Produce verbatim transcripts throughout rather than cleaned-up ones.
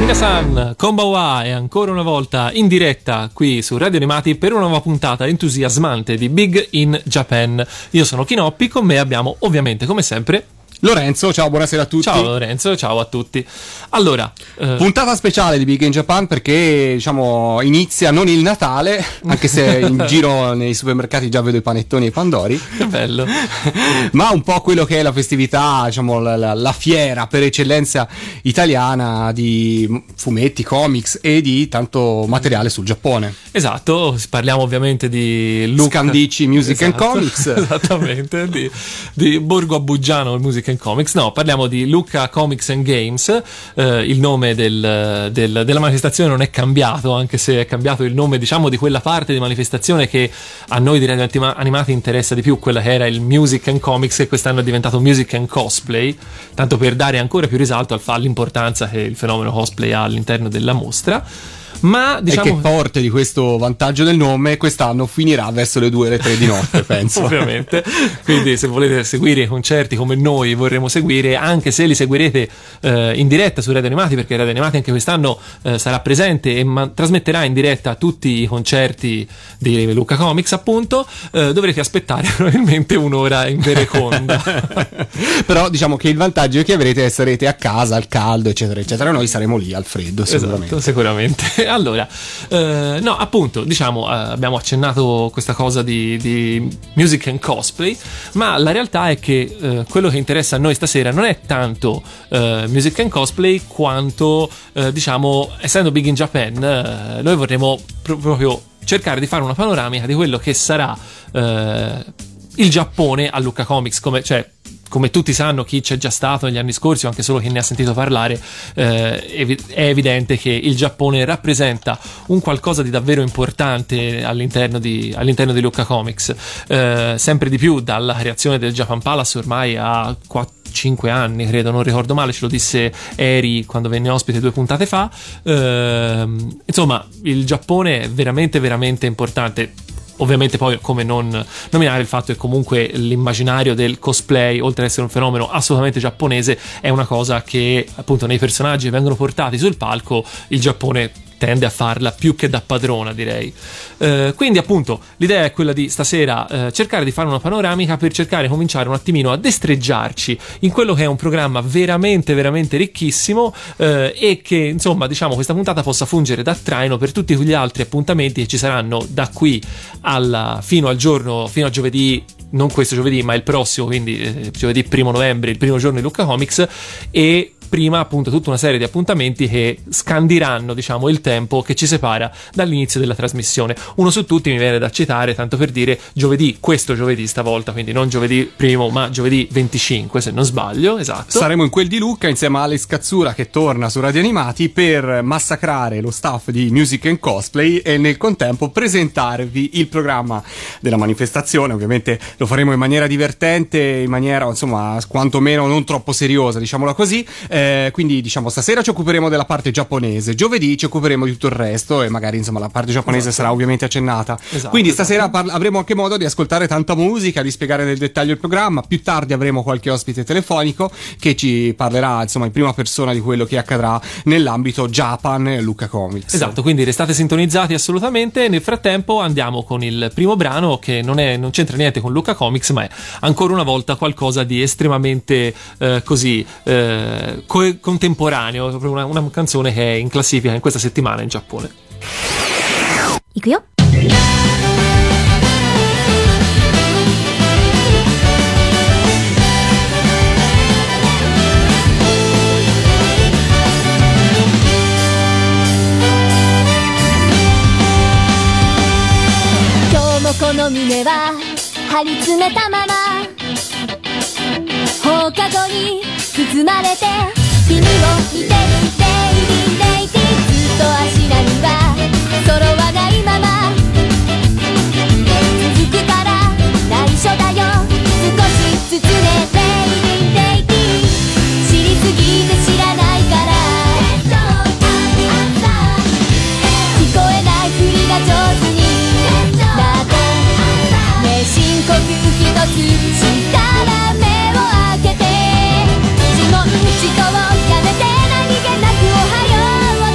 Minasan, konbanwa, e ancora una volta in diretta qui su Radio Animati per una nuova puntata entusiasmante di Big in Japan. Io sono Kinoppi, con me abbiamo ovviamente come sempre Lorenzo. Ciao, buonasera a tutti. Ciao Lorenzo, ciao a tutti. Allora, eh... puntata speciale di Big in Japan perché, diciamo, inizia non il Natale, anche se in giro nei supermercati già vedo i panettoni e i pandori. Che bello. Ma un po' quello che è la festività, diciamo, la, la, la fiera per eccellenza italiana di fumetti, comics e di tanto materiale sul Giappone. Esatto, parliamo ovviamente di Luca Scandicci Music esatto, and Comics. Esattamente, di, di Borgo Abuggiano Music and Comics. No, parliamo di Lucca Comics and Games. Eh, il nome del, del, della manifestazione non è cambiato, anche se è cambiato il nome, diciamo, di quella parte di manifestazione che a noi di Radio Animati interessa di più, quella che era il Music and Comics, che quest'anno è diventato Music and Cosplay, tanto per dare ancora più risalto al, all'importanza che il fenomeno cosplay ha all'interno della mostra. Ma diciamo e che forte di questo vantaggio del nome quest'anno finirà verso le due o le tre di notte, penso. Ovviamente. Quindi se volete seguire i concerti come noi vorremmo seguire, anche se li seguirete eh, in diretta su Radio Animati, perché Radio Animati anche quest'anno eh, sarà presente e ma- trasmetterà in diretta tutti i concerti di Lucca Comics, appunto, eh, dovrete aspettare probabilmente un'ora in vereconda. Però diciamo che il vantaggio è che avrete sarete a casa al caldo, eccetera eccetera. Noi saremo lì al freddo, sicuramente. Esatto, sicuramente. Allora, eh, no, appunto, diciamo, eh, abbiamo accennato questa cosa di, di music and cosplay, ma la realtà è che eh, quello che interessa a noi stasera non è tanto eh, music and cosplay quanto, eh, diciamo, essendo Big in Japan, eh, noi vorremmo pro- proprio cercare di fare una panoramica di quello che sarà eh, il Giappone a Lucca Comics, come, cioè, come tutti sanno, chi c'è già stato negli anni scorsi o anche solo chi ne ha sentito parlare, eh, è evidente che il Giappone rappresenta un qualcosa di davvero importante all'interno di, all'interno di Lucca Comics, eh, sempre di più dalla creazione del Japan Palace ormai a quattro cinque anni, credo, non ricordo male, ce lo disse Eri quando venne ospite due puntate fa. Eh, insomma, il Giappone è veramente veramente importante. Ovviamente poi come non nominare il fatto che comunque l'immaginario del cosplay, oltre ad essere un fenomeno assolutamente giapponese, è una cosa che appunto nei personaggi che vengono portati sul palco il Giappone tende a farla più che da padrona, direi. Eh, quindi appunto l'idea è quella di stasera eh, cercare di fare una panoramica per cercare di cominciare un attimino a destreggiarci in quello che è un programma veramente veramente ricchissimo, eh, e che insomma, diciamo, questa puntata possa fungere da traino per tutti quegli altri appuntamenti che ci saranno da qui alla, fino al giorno, fino a giovedì, non questo giovedì ma il prossimo, quindi eh, giovedì primo novembre, il primo giorno di Lucca Comics, e prima appunto tutta una serie di appuntamenti che scandiranno, diciamo, il tempo che ci separa dall'inizio della trasmissione. Uno su tutti mi viene da citare, tanto per dire, giovedì, questo giovedì stavolta, quindi non giovedì primo ma giovedì venticinque se non sbaglio, esatto. Saremo in quel di Lucca insieme a Alex Cazzura che torna su Radio Animati per massacrare lo staff di Music and Cosplay e nel contempo presentarvi il programma della manifestazione. Ovviamente lo faremo in maniera divertente, in maniera insomma quantomeno non troppo seriosa, diciamola così. Eh, quindi diciamo stasera ci occuperemo della parte giapponese, giovedì ci occuperemo di tutto il resto e magari insomma la parte giapponese esatto. sarà ovviamente accennata. Esatto, quindi stasera esatto. par- avremo anche modo di ascoltare tanta musica, di spiegare nel dettaglio il programma. Più tardi avremo qualche ospite telefonico che ci parlerà insomma in prima persona di quello che accadrà nell'ambito Japan e Lucca Comics. Esatto, quindi restate sintonizzati assolutamente. Nel frattempo andiamo con il primo brano che non, è, non c'entra niente con Lucca Comics, ma è ancora una volta qualcosa di estremamente eh, così eh, co- contemporaneo, proprio una, una canzone che è in classifica in questa settimana in Giappone. Ikuyo. この胸は張り詰めたまま放課後に包まれて君を見てるデイリーデイティずっと足並みが揃わないまま続くから内緒だよ少しずつねデイリーデイティ知りすぎて知らないから聞こえないふりが上手になって深呼吸一つしたら目を開けて自問自答やめて何気なくおはよう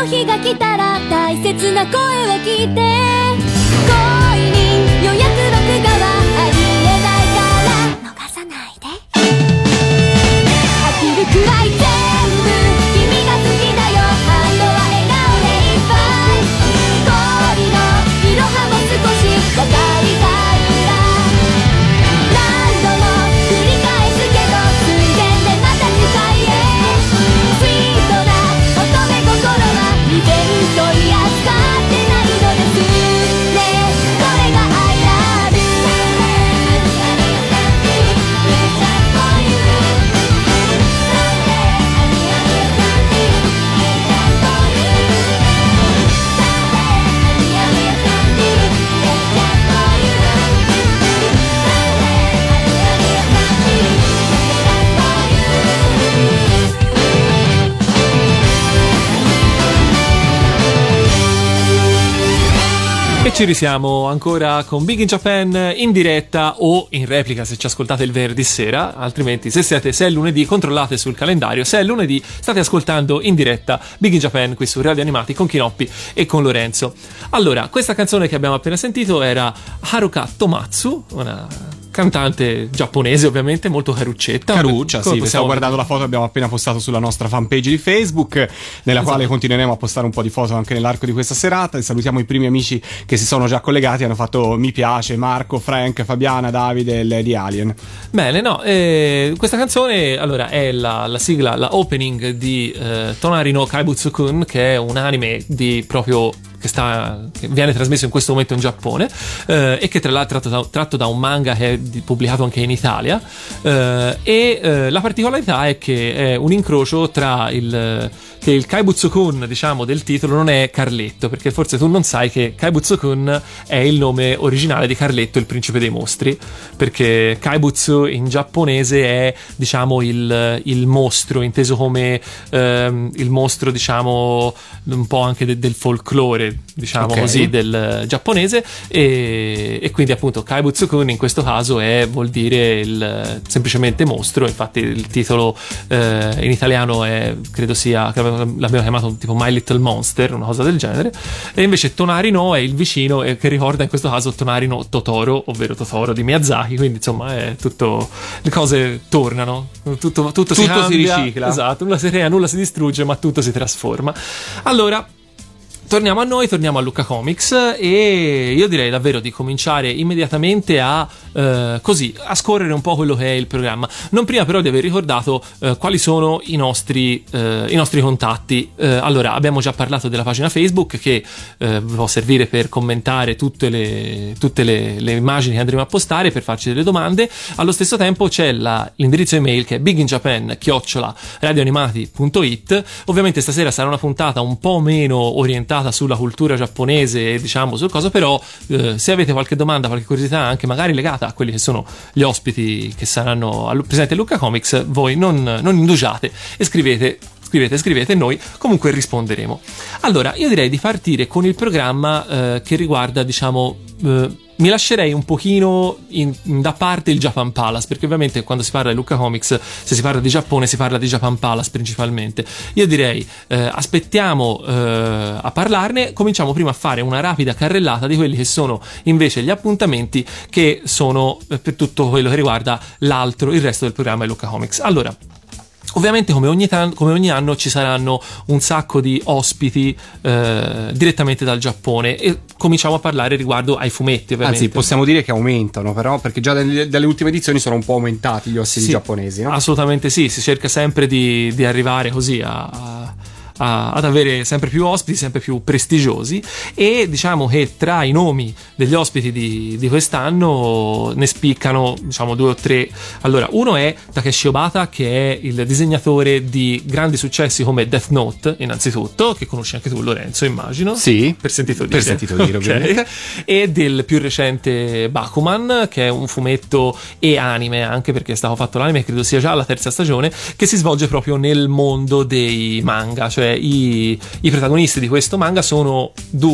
日が来たら大切な声を聞いて、恋に予約録画はありえないから逃さないで。飽きるくらい全部君が好きだよ。あとは笑顔でいっぱい。氷のいろはも少し分かりたいんだ。何度も繰り返すけど寸前でまた次回へ。スイートな乙女心は以前取り扱ってないのですね。これが I love you。 E ci risiamo ancora con Big in Japan in diretta o in replica se ci ascoltate il venerdì sera, altrimenti se siete se è lunedì controllate sul calendario, se è lunedì state ascoltando in diretta Big in Japan qui su Radio Animati con Kinoppi e con Lorenzo. Allora, questa canzone che abbiamo appena sentito era Haruka Tomatsu, una cantante giapponese ovviamente, molto caruccetta. Caruccia, sì, stavo guardando la foto che abbiamo appena postato sulla nostra fanpage di Facebook, nella esatto. quale continueremo a postare un po' di foto anche nell'arco di questa serata, e salutiamo i primi amici che si sono già collegati, hanno fatto mi piace, Marco, Frank, Fabiana, Davide il, di Alien. Bene, no, eh, questa canzone allora è la, la sigla, la opening di eh, Tonari no Kaibutsu-kun, che è un anime di proprio che sta che viene trasmesso in questo momento in Giappone eh, e che tra l'altro è tratto da, tratto da un manga che è di, pubblicato anche in Italia eh, e eh, la particolarità è che è un incrocio tra il che il Kaibutsu-kun, diciamo, del titolo non è Carletto, perché forse tu non sai che Kaibutsu-kun è il nome originale di Carletto, il principe dei mostri, perché Kaibutsu in giapponese è, diciamo, il, il mostro, inteso come ehm, il mostro, diciamo, un po' anche de, del folklore, diciamo okay. così, del giapponese, e, e quindi appunto Kaibutsu-kun in questo caso è, vuol dire il, semplicemente mostro. Infatti il titolo eh, in italiano è, credo sia, l'abbiamo chiamato tipo My Little Monster, una cosa del genere, e invece Tonari no è il vicino, e che ricorda in questo caso Tonari no Totoro, ovvero Totoro di Miyazaki, quindi insomma è tutto, le cose tornano, tutto, tutto, tutto si cambia, si ricicla, esatto, nulla si crea, nulla si distrugge, ma tutto si trasforma. Allora torniamo a noi, torniamo a Lucca Comics, e io direi davvero di cominciare immediatamente a eh, così a scorrere un po' quello che è il programma, non prima però di aver ricordato eh, quali sono i nostri eh, i nostri contatti. Eh, allora, abbiamo già parlato della pagina Facebook che eh, può servire per commentare tutte le tutte le, le immagini che andremo a postare, per farci delle domande. Allo stesso tempo c'è la, l'indirizzo email che è biginjapan chiocciola radioanimati punto it. Ovviamente stasera sarà una puntata un po' meno orientata sulla cultura giapponese e diciamo sul coso, però eh, se avete qualche domanda, qualche curiosità anche magari legata a quelli che sono gli ospiti che saranno presenti a Lucca Comics, voi non, non indugiate e scrivete scrivete scrivete e noi comunque risponderemo. Allora io direi di partire con il programma eh, che riguarda, diciamo, eh, mi lascerei un pochino in, in da parte il Japan Palace, perché ovviamente quando si parla di Lucca Comics, se si parla di Giappone si parla di Japan Palace principalmente. Io direi eh, aspettiamo eh, a parlarne, cominciamo prima a fare una rapida carrellata di quelli che sono invece gli appuntamenti che sono eh, per tutto quello che riguarda l'altro, il resto del programma di Lucca Comics. Allora, ovviamente come ogni, tan- come ogni anno ci saranno un sacco di ospiti eh, direttamente dal Giappone, e cominciamo a parlare riguardo ai fumetti, ovviamente. Anzi, possiamo dire che aumentano, però, perché già dalle, dalle ultime edizioni sono un po' aumentati gli ospiti sì, giapponesi, no? Assolutamente sì, si cerca sempre di, di arrivare così a, a A, ad avere sempre più ospiti, sempre più prestigiosi, e diciamo che tra i nomi degli ospiti di, di quest'anno ne spiccano, diciamo, due o tre. Allora, uno è Takeshi Obata, che è il disegnatore di grandi successi come Death Note, innanzitutto, che conosci anche tu, Lorenzo, immagino. Sì, per sentito dire, per sentito dire okay. Ovviamente. E del più recente Bakuman, che è un fumetto e anime, anche perché è stato fatto l'anime, credo sia già la terza stagione, che si svolge proprio nel mondo dei manga, cioè I, i protagonisti di questo manga sono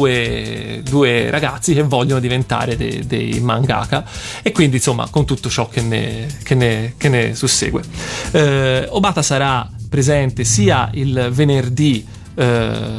due, due ragazzi che vogliono diventare de, dei mangaka, e quindi insomma con tutto ciò che ne, che ne, che ne sussegue. eh, Obata sarà presente sia il venerdì, Uh,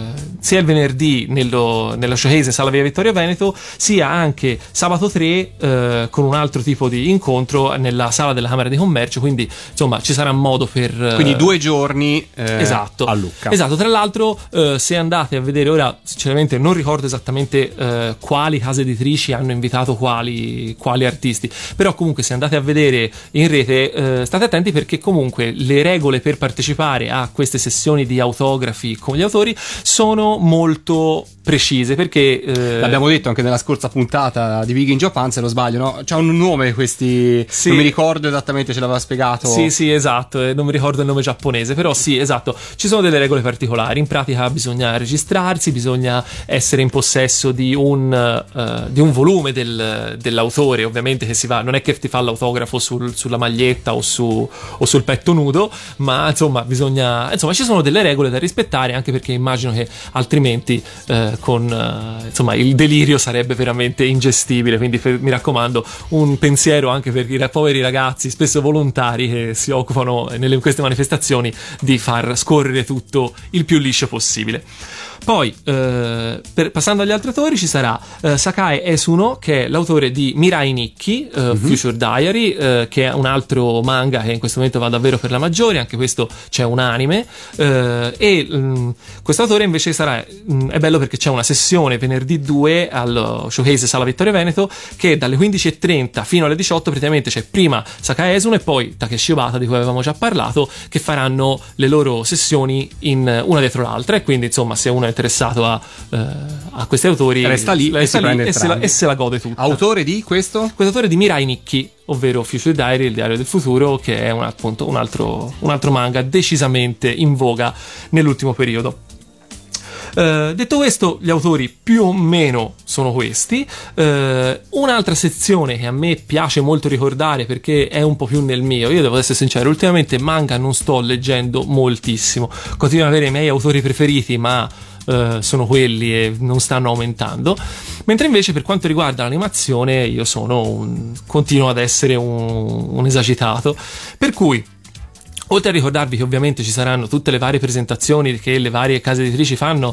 sia il venerdì nello, nello showcase Sala Via Vittorio Veneto, sia anche sabato tre eh, con un altro tipo di incontro nella sala della Camera di Commercio, quindi insomma ci sarà modo per... Quindi due giorni eh, esatto, a Lucca. Esatto, tra l'altro eh, se andate a vedere, ora sinceramente non ricordo esattamente eh, quali case editrici hanno invitato quali, quali artisti, però comunque se andate a vedere in rete eh, state attenti, perché comunque le regole per partecipare a queste sessioni di autografi con gli autori sono molto precise, perché eh, l'abbiamo detto anche nella scorsa puntata di Big in Japan, se non sbaglio, no? C'ha un nome questi, sì. Non mi ricordo esattamente, ce l'aveva spiegato. Sì, sì, esatto, eh, non mi ricordo il nome giapponese, però sì, esatto, ci sono delle regole particolari. In pratica bisogna registrarsi, bisogna essere in possesso di un, uh, di un volume del, dell'autore, ovviamente, che si va, non è che ti fa l'autografo sul, sulla maglietta o, su, o sul petto nudo, ma insomma bisogna, insomma ci sono delle regole da rispettare, anche perché immagino che altrimenti eh, con uh, insomma il delirio sarebbe veramente ingestibile, quindi per, mi raccomando, un pensiero anche per i poveri ragazzi, spesso volontari, che si occupano nelle, in queste manifestazioni di far scorrere tutto il più liscio possibile. Poi, eh, per, passando agli altri autori, ci sarà eh, Sakae Esuno, che è l'autore di Mirai Nikki, eh, mm-hmm. Future Diary, eh, che è un altro manga che in questo momento va davvero per la maggiore, anche questo c'è un anime, eh, e mh, questo autore invece sarà, mh, è bello perché c'è una sessione venerdì due allo showcase Sala Vittorio Veneto, che dalle quindici e trenta fino alle diciotto praticamente c'è prima Sakae Esuno e poi Takeshi Obata, di cui avevamo già parlato, che faranno le loro sessioni in una dietro l'altra, e quindi insomma se uno è interessato a, uh, a questi autori, resta lì, resta e, lì si e, se la, e se la gode tutta. Autore di questo? Questo autore di Mirai Nikki, ovvero Future Diary, il diario del futuro, che è un, appunto un altro, un altro manga decisamente in voga nell'ultimo periodo. Uh, detto questo, gli autori più o meno sono questi. Uh, un'altra sezione che a me piace molto ricordare, perché è un po' più nel mio, io devo essere sincero, ultimamente manga non sto leggendo moltissimo, continuo ad avere i miei autori preferiti, ma uh, sono quelli e non stanno aumentando, mentre invece per quanto riguarda l'animazione io sono un, continuo ad essere un, un esagitato, per cui oltre a ricordarvi che ovviamente ci saranno tutte le varie presentazioni che le varie case editrici fanno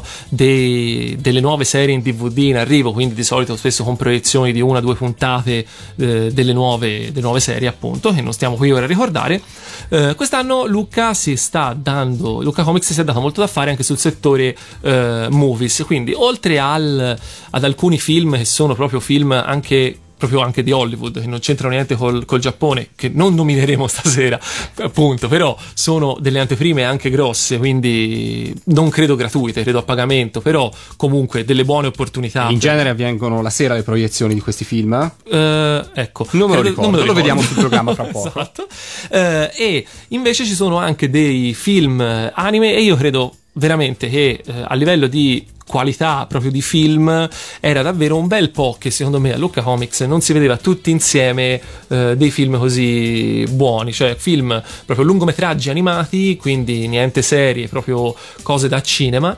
dei, delle nuove serie in D V D in arrivo, quindi di solito spesso con proiezioni di una o due puntate eh, delle, nuove, delle nuove serie, appunto, che non stiamo qui ora a ricordare, eh, quest'anno Lucca si sta dando, Lucca Comics si è dato molto da fare anche sul settore eh, movies, quindi oltre al, ad alcuni film che sono proprio film anche proprio anche di Hollywood, che non c'entrano niente col, col Giappone, che non nomineremo stasera appunto, però sono delle anteprime anche grosse, quindi non credo gratuite, credo a pagamento, però comunque delle buone opportunità. In per... genere avvengono la sera le proiezioni di questi film? Uh, ecco, non me lo ricordo, non me lo, lo vediamo sul programma fra poco. Esatto. Uh, e invece ci sono anche dei film anime, e io credo veramente che uh, a livello di qualità proprio di film era davvero un bel po' che secondo me a Lucca Comics non si vedeva tutti insieme eh, dei film così buoni, cioè film proprio lungometraggi animati, quindi niente serie, proprio cose da cinema,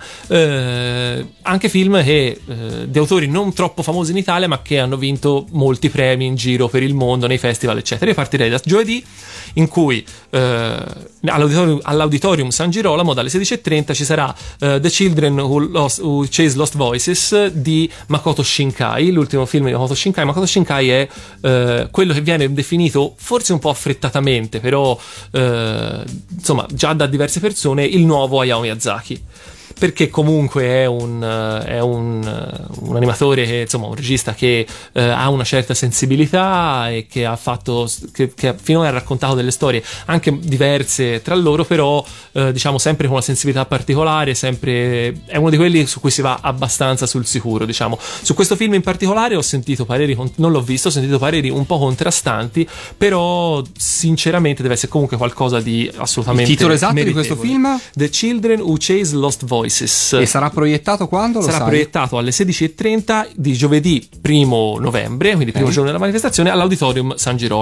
eh, anche film che eh, di autori non troppo famosi in Italia ma che hanno vinto molti premi in giro per il mondo nei festival eccetera. Io partirei da giovedì, in cui eh, all'auditorium, all'auditorium San Girolamo dalle sedici e trenta ci sarà eh, The Children Who, Lost, Who Chase Lost Voices di Makoto Shinkai, l'ultimo film di Makoto Shinkai. Makoto Shinkai è eh, quello che viene definito forse un po' affrettatamente, però eh, insomma già da diverse persone, il nuovo Hayao Miyazaki, perché comunque è un, è un, un animatore che, insomma, un regista che eh, ha una certa sensibilità e che ha fatto, che, che finora ha raccontato delle storie anche diverse tra loro, però eh, diciamo sempre con una sensibilità particolare, sempre è uno di quelli su cui si va abbastanza sul sicuro, diciamo. Su questo film in particolare ho sentito pareri, non l'ho visto, ho sentito pareri un po' contrastanti, però sinceramente deve essere comunque qualcosa di assolutamente il titolo esatto meritevole. Di questo film? The Children Who Chase Lost Voices. E sarà proiettato quando? Lo sarà sai? proiettato alle sedici e trenta di giovedì primo novembre, quindi primo okay. giorno della manifestazione, all'Auditorium San Girolamo.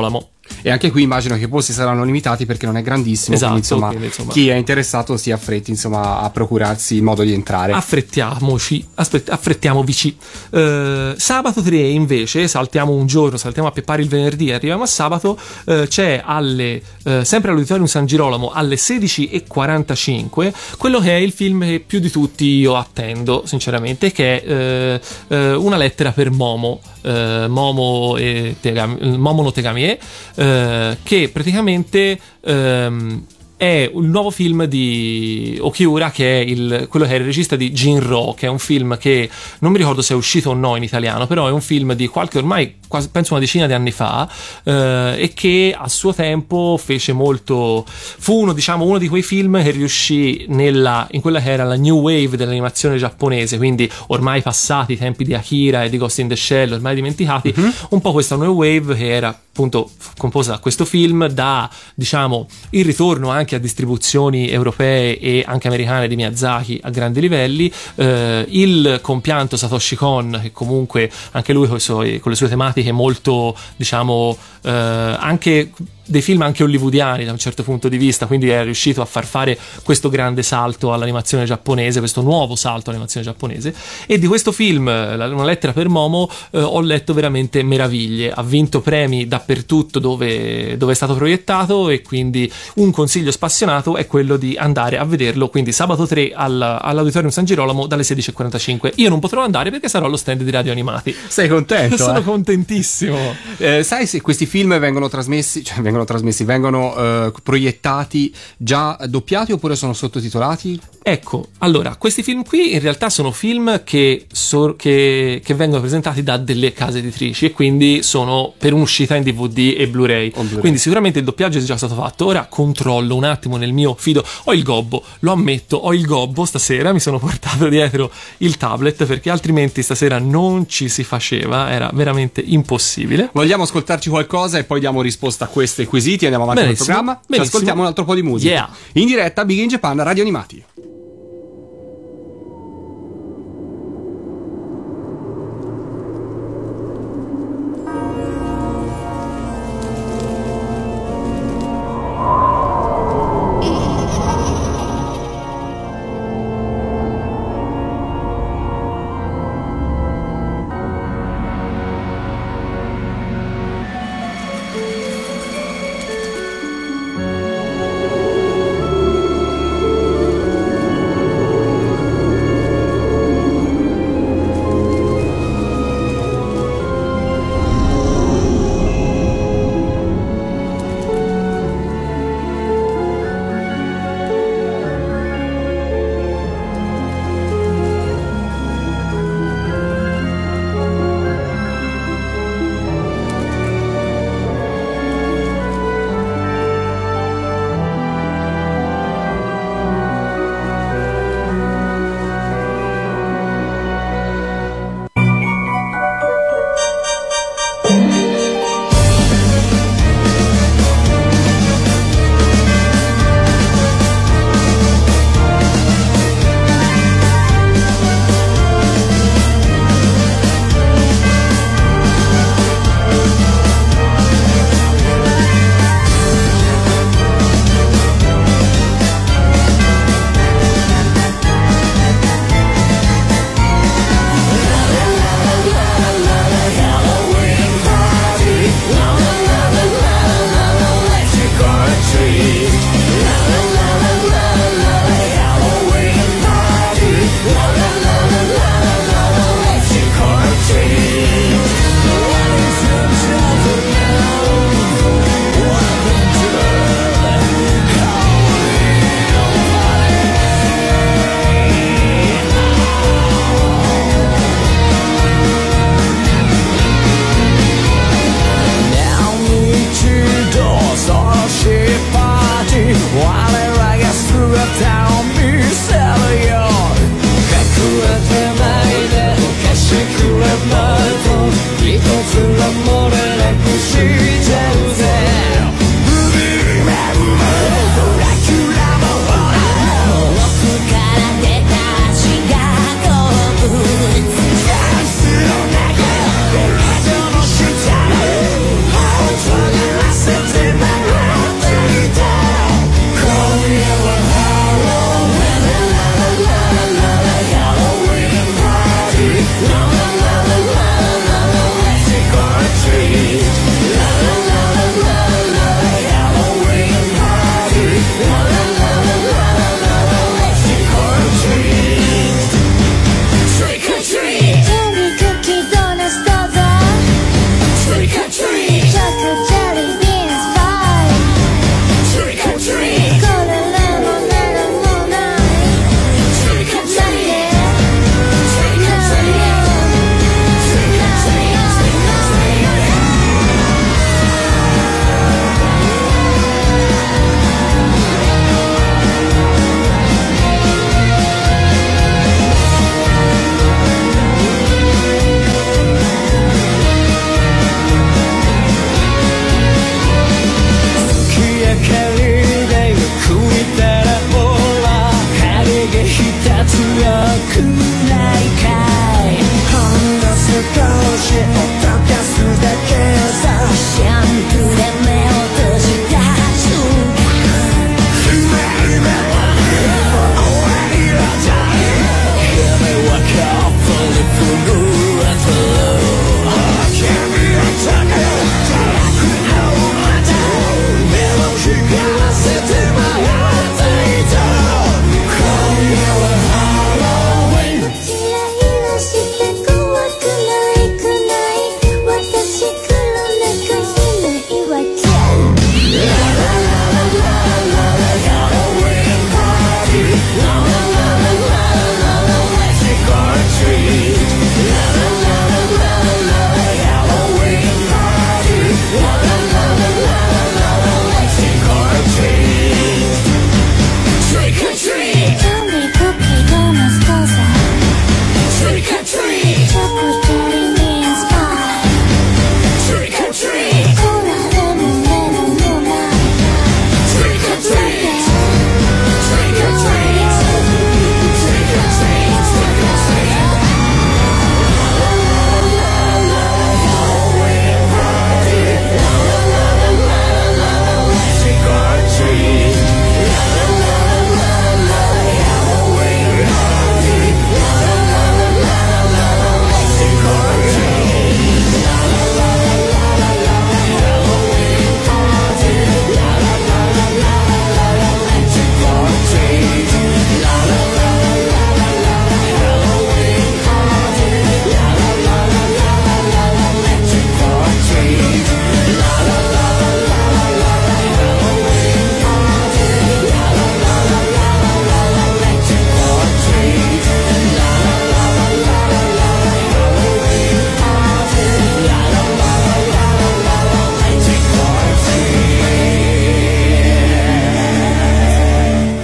E anche qui immagino che i posti saranno limitati perché non è grandissimo, Esatto, quindi, insomma, quindi, insomma, chi è interessato si affretti insomma a procurarsi il modo di entrare. Affrettiamoci, aspett- affrettiamovici. Eh, sabato tre invece, saltiamo un giorno, saltiamo a Peppari il venerdì e arriviamo a sabato, eh, c'è alle, eh, sempre all'Auditorium San Girolamo alle sedici e quarantacinque quello che è il film che più di tutti io attendo sinceramente, che è eh, eh, Una lettera per Momo, eh, Momo, e Tegami, Momo no Tegamie, eh, che praticamente ehm, è il nuovo film di Okiura, che è il, quello che è il regista di Jinro, che è un film che non mi ricordo se è uscito o no in italiano, però è un film di qualche, ormai quasi, penso una decina di anni fa, eh, e che a suo tempo fece molto, fu uno, diciamo, uno di quei film che riuscì nella, in quella che era la new wave dell'animazione giapponese, quindi ormai passati i tempi di Akira e di Ghost in the Shell, ormai dimenticati, mm-hmm. un po' questa new wave che era appunto composta da questo film, da, diciamo, il ritorno anche a distribuzioni europee e anche americane di Miyazaki a grandi livelli, eh, il compianto Satoshi Kon, che comunque anche lui con, i suoi, con le sue tematiche molto, diciamo, eh, anche dei film anche hollywoodiani da un certo punto di vista, quindi è riuscito a far fare questo grande salto all'animazione giapponese, questo nuovo salto all'animazione giapponese. E di questo film, Una lettera per Momo, eh, ho letto veramente meraviglie, ha vinto premi dappertutto dove, dove è stato proiettato, e quindi un consiglio spassionato è quello di andare a vederlo, quindi sabato tre al, all'Auditorium San Girolamo dalle sedici e quarantacinque. Io non potrò andare perché sarò allo stand di Radio Animati. Sei contento? Sono eh? contentissimo. Eh, sai se questi film vengono trasmessi, cioè vengono trasmessi, vengono eh, proiettati già doppiati oppure sono sottotitolati? Ecco, allora, questi film qui in realtà sono film che, so, che, che vengono presentati da delle case editrici, e quindi sono per un'uscita in D V D e Blu-ray. Blu-ray. Quindi sicuramente il doppiaggio è già stato fatto. Ora controllo un attimo nel mio fido. Ho il gobbo, lo ammetto, ho il gobbo stasera, mi sono portato dietro il tablet perché altrimenti stasera non ci si faceva, era veramente impossibile. Vogliamo ascoltarci qualcosa e poi diamo risposta a questi quesiti e andiamo avanti benissimo, col programma. Ci ascoltiamo un altro po' di musica. Yeah. In diretta Big in Japan, Radio Animati. Say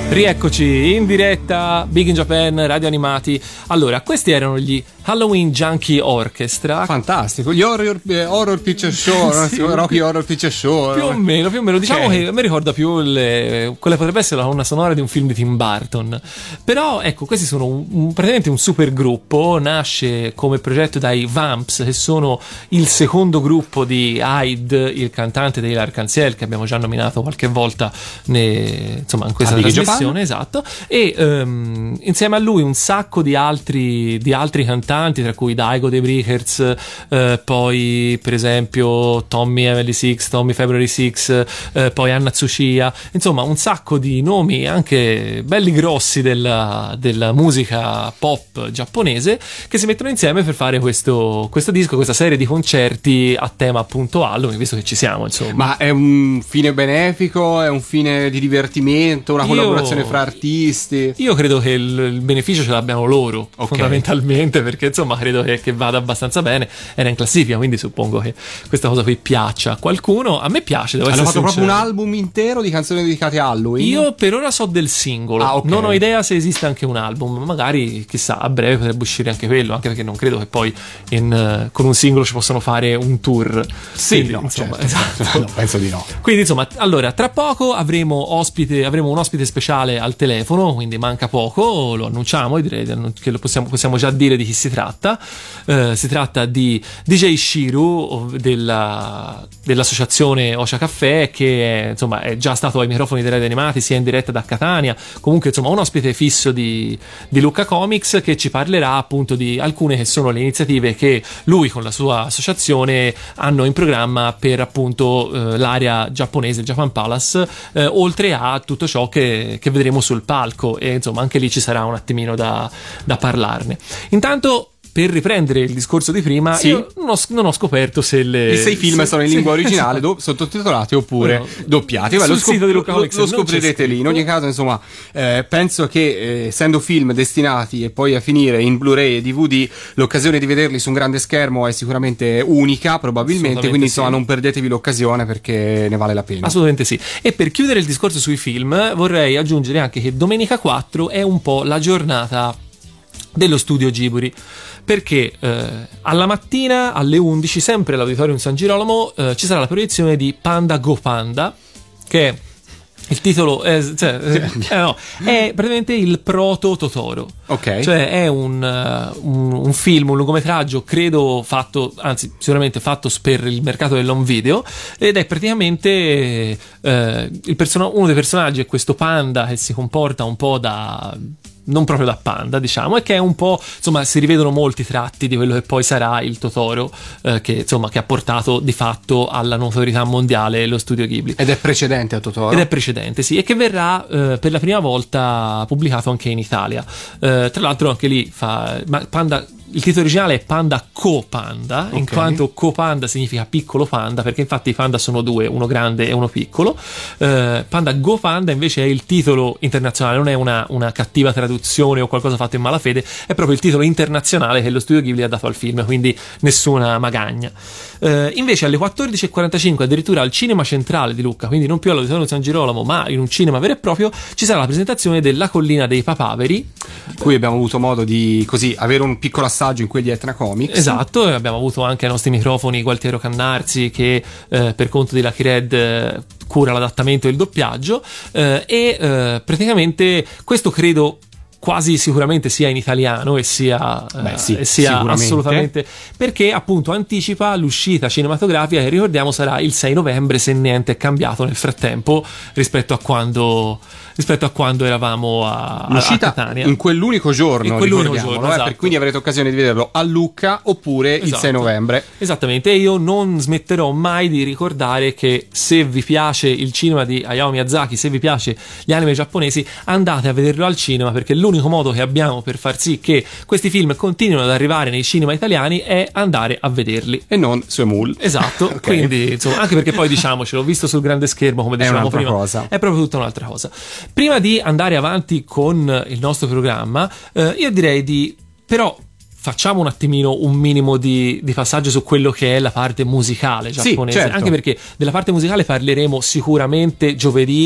Rieccoci in diretta, Big in Japan, Radio Animati. Allora, questi erano gli Halloween Junkie Orchestra. Fantastico, gli horror, eh, horror picture show, Sì. no? Rocky Horror Picture Show. Più o meno, più o meno. Diciamo Ok. che a me ricorda più le, quella potrebbe essere la colonna sonora di un film di Tim Burton. Però, ecco, questi sono un, un- praticamente un super gruppo. Nasce come progetto dai Vamps, che sono il secondo gruppo di Hyde, il cantante dei L'Arc-en-Ciel, che abbiamo già nominato qualche volta ne- insomma, in questa A Big in trasmissione. Esatto. E ehm, insieme a lui un sacco di altri, di altri cantanti, tra cui Daigo The Breakers, eh, poi per esempio Tommy Emily Six, Tommy February Six, eh, poi Anna Tsuchiya, insomma un sacco di nomi anche belli grossi della, della musica pop giapponese che si mettono insieme per fare questo, questo disco, questa serie di concerti a tema appunto Halloween, visto che ci siamo, insomma. Ma è un fine benefico, è un fine di divertimento, una Io- collaborazione fra artisti? Io credo che il, il beneficio ce l'abbiano loro, Ok. fondamentalmente, perché insomma credo che, che vada abbastanza bene. Era in classifica, quindi suppongo che questa cosa qui piaccia a qualcuno. A me piace, devo Hanno essere fatto proprio un sincero. album intero di canzoni dedicate a Halloween? Io per ora so del singolo, Ah, ok. non ho idea se esiste anche un album, magari chissà a breve potrebbe uscire anche quello, anche perché non credo che poi in, eh, con un singolo ci possano fare un tour. Sì, Quindi, no, insomma, certo. esatto. No, penso di no. Quindi insomma, allora, tra poco avremo ospite, avremo un ospite speciale al telefono, quindi manca poco, lo annunciamo e direi che lo possiamo, possiamo già dire di chi si tratta. Eh, si tratta di D J Shiru ov- della, dell'associazione Ocha Caffè, che è, insomma, è già stato ai microfoni dei Radio Animati, sia in diretta da Catania. Comunque insomma un ospite fisso di, di Lucca Comics, che ci parlerà appunto di alcune che sono le iniziative che lui con la sua associazione hanno in programma per appunto eh, l'area giapponese, il Japan Palace, eh, oltre a tutto ciò che, che vedremo sul palco, e insomma anche lì ci sarà un attimino da, da parlarne. Intanto, per riprendere il discorso di prima, Sì. io non ho, non ho scoperto se le I sei film se- sono in sì, lingua originale, esatto. do- sottotitolati oppure No, doppiati. Beh, sul lo, scop- sito di Lucca lo- Comics lo non c'è scoprirete lì. In ogni scritto. caso, insomma, eh, penso che eh, essendo film destinati e poi a finire in Blu-ray e D V D, l'occasione di vederli su un grande schermo è sicuramente unica, probabilmente. Assolutamente Quindi, sì. insomma, non perdetevi l'occasione perché ne vale la pena. Assolutamente sì. E per chiudere il discorso sui film, vorrei aggiungere anche che domenica quattro è un po' la giornata dello studio Ghibli, perché eh, alla mattina alle undici, sempre all'Auditorium San Girolamo, eh, ci sarà la proiezione di Panda Go Panda, che è il titolo è, cioè, eh, no, è praticamente il proto Totoro. Ok. Cioè è un, uh, un, un film, un lungometraggio, credo fatto, anzi sicuramente fatto per il mercato dell'home video, ed è praticamente eh, il person- uno dei personaggi è questo panda che si comporta un po' da... non proprio da panda, diciamo, e che è un po', insomma, si rivedono molti tratti di quello che poi sarà il Totoro, eh, che insomma che ha portato di fatto alla notorietà mondiale lo studio Ghibli. Ed è precedente a Totoro. Ed è precedente, sì, e che verrà eh, per la prima volta pubblicato anche in Italia. Eh, tra l'altro anche lì fa ma Panda. Il titolo originale è Panda Co Panda, in Ok. quanto Co Panda significa piccolo panda, perché infatti i panda sono due, uno grande e uno piccolo. Eh, Panda Go Panda invece è il titolo internazionale, non è una, una cattiva traduzione o qualcosa fatto in malafede, è proprio il titolo internazionale che lo studio Ghibli ha dato al film, quindi nessuna magagna. Eh, invece alle quattordici e quarantacinque, addirittura al Cinema Centrale di Lucca, quindi non più all'Auditorium San Girolamo, ma in un cinema vero e proprio, ci sarà la presentazione della Collina dei Papaveri. Qui abbiamo avuto modo di così avere un piccolo assaggio in quelli di Etna Comics. Esatto, e abbiamo avuto anche ai nostri microfoni Gualtiero Cannarzi, che eh, per conto di Lucky Red eh, cura l'adattamento e il doppiaggio, eh, e eh, praticamente questo credo quasi sicuramente sia in italiano e sia, Beh, eh, sì, e sia sicuramente. assolutamente, perché appunto anticipa l'uscita cinematografica, che ricordiamo sarà il sei novembre, se niente è cambiato nel frattempo rispetto a quando rispetto a quando eravamo a, a L'uscita Catania. in quell'unico giorno, In quell'unico ricordiamolo, giorno, eh, esatto. per- quindi avrete occasione di vederlo a Lucca oppure il Esatto. sei novembre. Esattamente, e io non smetterò mai di ricordare che se vi piace il cinema di Hayao Miyazaki, se vi piace gli anime giapponesi, andate a vederlo al cinema, perché l'unico modo che abbiamo per far sì che questi film continuino ad arrivare nei cinema italiani è andare a vederli. E non su Emul. Esatto, Ok. quindi insomma, anche perché poi diciamocelo, visto sul grande schermo, come dicevamo un'altra prima, cosa. è proprio tutta un'altra cosa. Prima di andare avanti con il nostro programma, eh, io direi di però facciamo un attimino un minimo di, di passaggio su quello che è la parte musicale Sì, giapponese, certo. anche perché della parte musicale parleremo sicuramente giovedì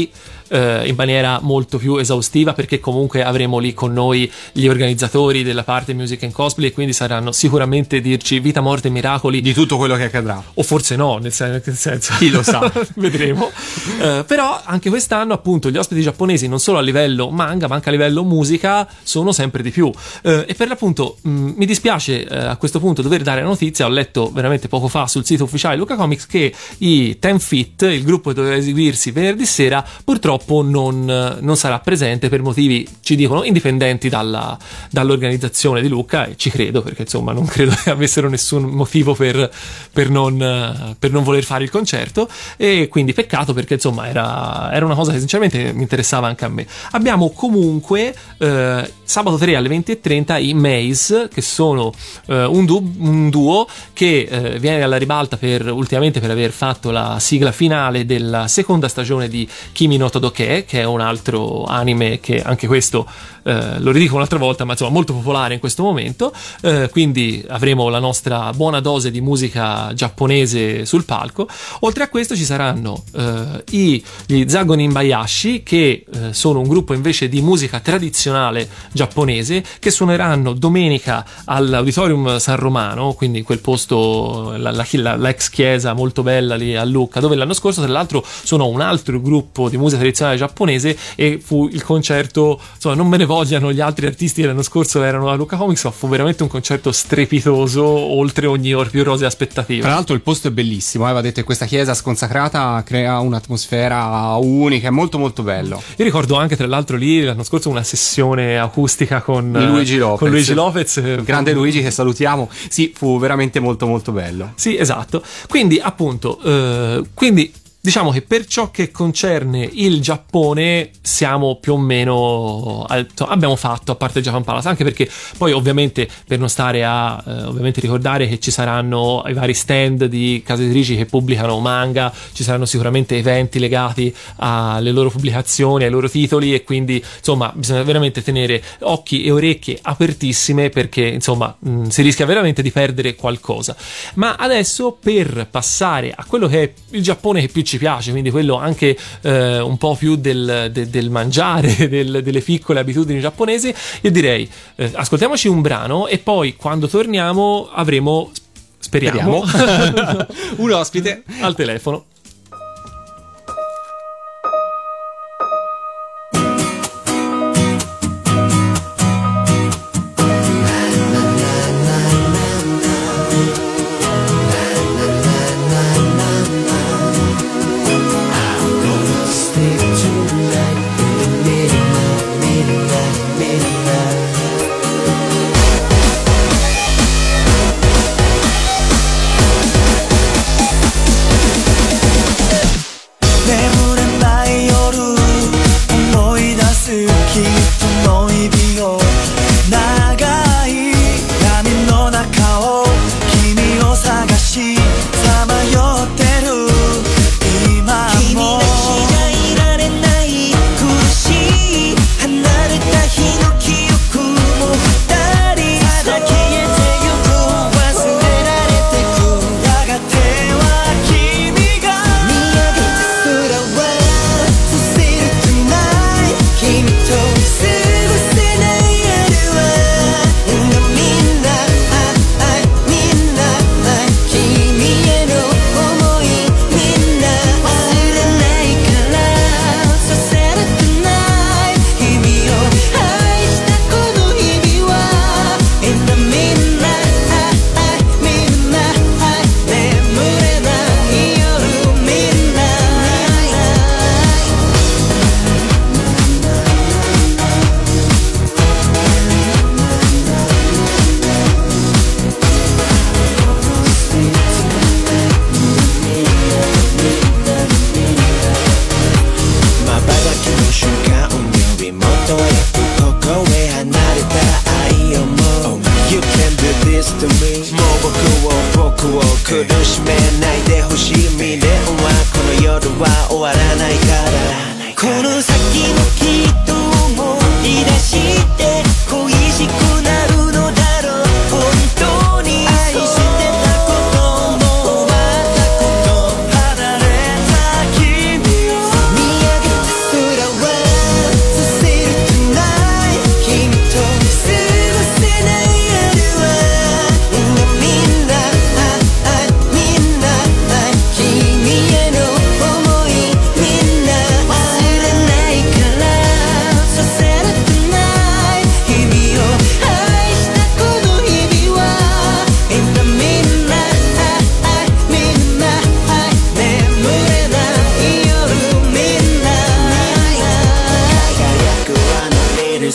eh, in maniera molto più esaustiva, perché comunque avremo lì con noi gli organizzatori della parte Music and Cosplay, e quindi saranno sicuramente dirci vita, morte e miracoli di tutto quello che accadrà, o forse no, nel sen- nel senso chi lo sa. Vedremo. Uh, però anche quest'anno appunto gli ospiti giapponesi, non solo a livello manga ma anche a livello musica, sono sempre di più, uh, e per l'appunto mh, mi dispiace uh, a questo punto dover dare la notizia. Ho letto veramente poco fa sul sito ufficiale Luca Comics che i Ten Feet, il gruppo che doveva esibirsi venerdì sera, purtroppo non, non sarà presente per motivi, ci dicono, indipendenti dalla, dall'organizzazione di Luca, e ci credo, perché insomma non credo che avessero nessun motivo per, per, non, per non voler fare il concerto, e quindi peccato, perché insomma era, era una cosa che sinceramente mi interessava anche a me. Abbiamo comunque eh, sabato tre alle venti e trenta i Maze, che sono eh, un, du- un duo che eh, viene alla ribalta per ultimamente per aver fatto la sigla finale della seconda stagione di Kimi no Todoke, che è un altro anime che anche questo eh, lo ridico un'altra volta, ma insomma molto popolare in questo momento, eh, quindi avremo la nostra buona dose di musica giapponese sul palco. Oltre a questo ci saranno eh, i, gli Zagonin Bayashi, che eh, sono un gruppo invece di musica tradizionale giapponese, che suoneranno domenica all'Auditorium San Romano, quindi quel posto, la, la, la, l'ex chiesa molto bella lì a Lucca, dove l'anno scorso tra l'altro suonò un altro gruppo di musica tradizionale giapponese, e fu il concerto, insomma non me ne vogliano gli altri artisti che l'anno scorso erano a Luca Comics, ma fu veramente un concerto strepitoso, oltre ogni più rose aspettative. Tra l'altro il posto è bellissimo, eh, va detto, questa chiesa sconsacrata crea un'atmosfera unica, è molto molto bello. Io ricordo anche tra l'altro lì l'anno scorso una sessione acustica con Luigi Lopez, con Luigi Lopez, grande Luigi, che salutiamo. Sì, fu veramente molto molto bello. Sì, esatto. Quindi appunto eh, quindi diciamo che per ciò che concerne il Giappone siamo più o meno al, abbiamo fatto, a parte il Japan Palace, anche perché poi ovviamente per non stare a eh, ovviamente ricordare che ci saranno i vari stand di case editrici che pubblicano manga, ci saranno sicuramente eventi legati alle loro pubblicazioni, ai loro titoli, e quindi insomma bisogna veramente tenere occhi e orecchie apertissime, perché insomma mh, si rischia veramente di perdere qualcosa. Ma adesso, per passare a quello che è il Giappone che più ci piace, quindi quello anche eh, un po' più del, de, del mangiare, del, delle piccole abitudini giapponesi, io direi eh, ascoltiamoci un brano e poi quando torniamo avremo, speriamo, speriamo. un ospite al telefono.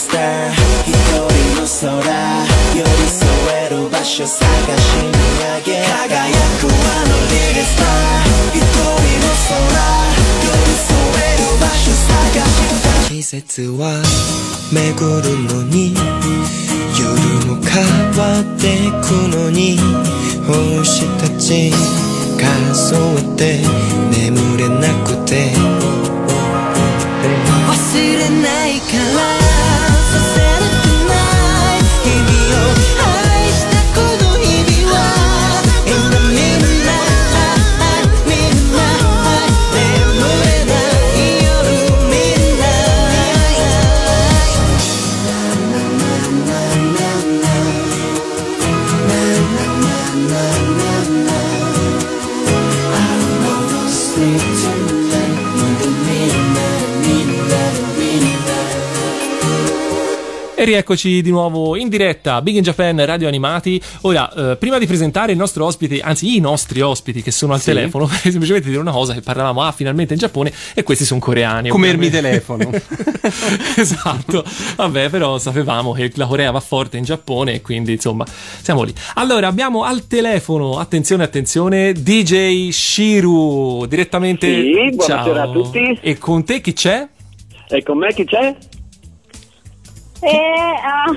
star 一人の空寄り添える場所探し見上げ輝くあのリリースター一人の空寄り添える場所探し季節は巡るのに夜も変わってくのに星たち数えて眠れなくて忘れないからさせられてない日々を愛したこの日々は In the midnight midnight 眠れない夜 midnight なななななななななな E rieccoci di nuovo in diretta Big in Japan Radio Animati. Ora, eh, prima di presentare il nostro ospite, anzi i nostri ospiti che sono al sì. telefono, vorrei semplicemente dire una cosa, che parlavamo ah, finalmente in Giappone e questi sono coreani. Come mi telefono. Esatto. Vabbè, però sapevamo che la Corea va forte in Giappone e quindi insomma siamo lì. Allora, abbiamo al telefono, attenzione, attenzione, D J Shiru, direttamente. Sì, buonasera Ciao. a tutti. E con te chi c'è? E con me chi c'è? Eh, ah,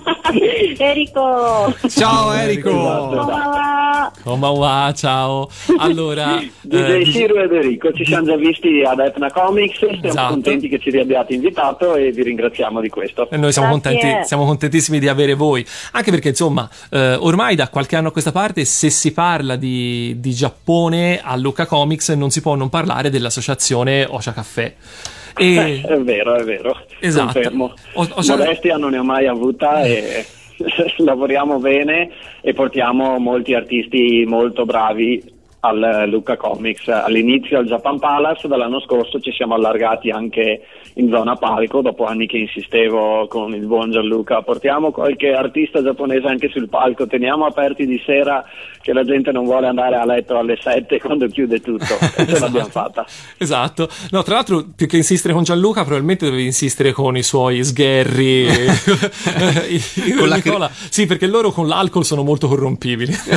Enrico. Ciao Enrico. Konbanwa. Konbanwa, ciao. Allora, D J Shiru ed Enrico, ci siamo già visti ad Etna Comics, siamo esatto. contenti che ci riabbiate invitato e vi ringraziamo di questo. E noi siamo Grazie. contenti, siamo contentissimi di avere voi, anche perché insomma eh, ormai da qualche anno a questa parte se si parla di, di Giappone a Lucca Comics non si può non parlare dell'associazione Osha Caffè. E... Eh, è vero, è vero, esatto. confermo. O- o- Modestia non ne ho mai avuta e lavoriamo bene e portiamo molti artisti molto bravi al Lucca Comics. All'inizio al Japan Palace, dall'anno scorso ci siamo allargati anche in zona palco, dopo anni che insistevo con il buon Gianluca, portiamo qualche artista giapponese anche sul palco, teniamo aperti di sera che la gente non vuole andare a letto alle sette quando chiude tutto, e ce esatto. l'abbiamo fatta. Esatto. No, tra l'altro più che insistere con Gianluca probabilmente dovevi insistere con i suoi sgherri con la Nicola. Cri- sì, perché loro con l'alcol sono molto corrompibili. Sì,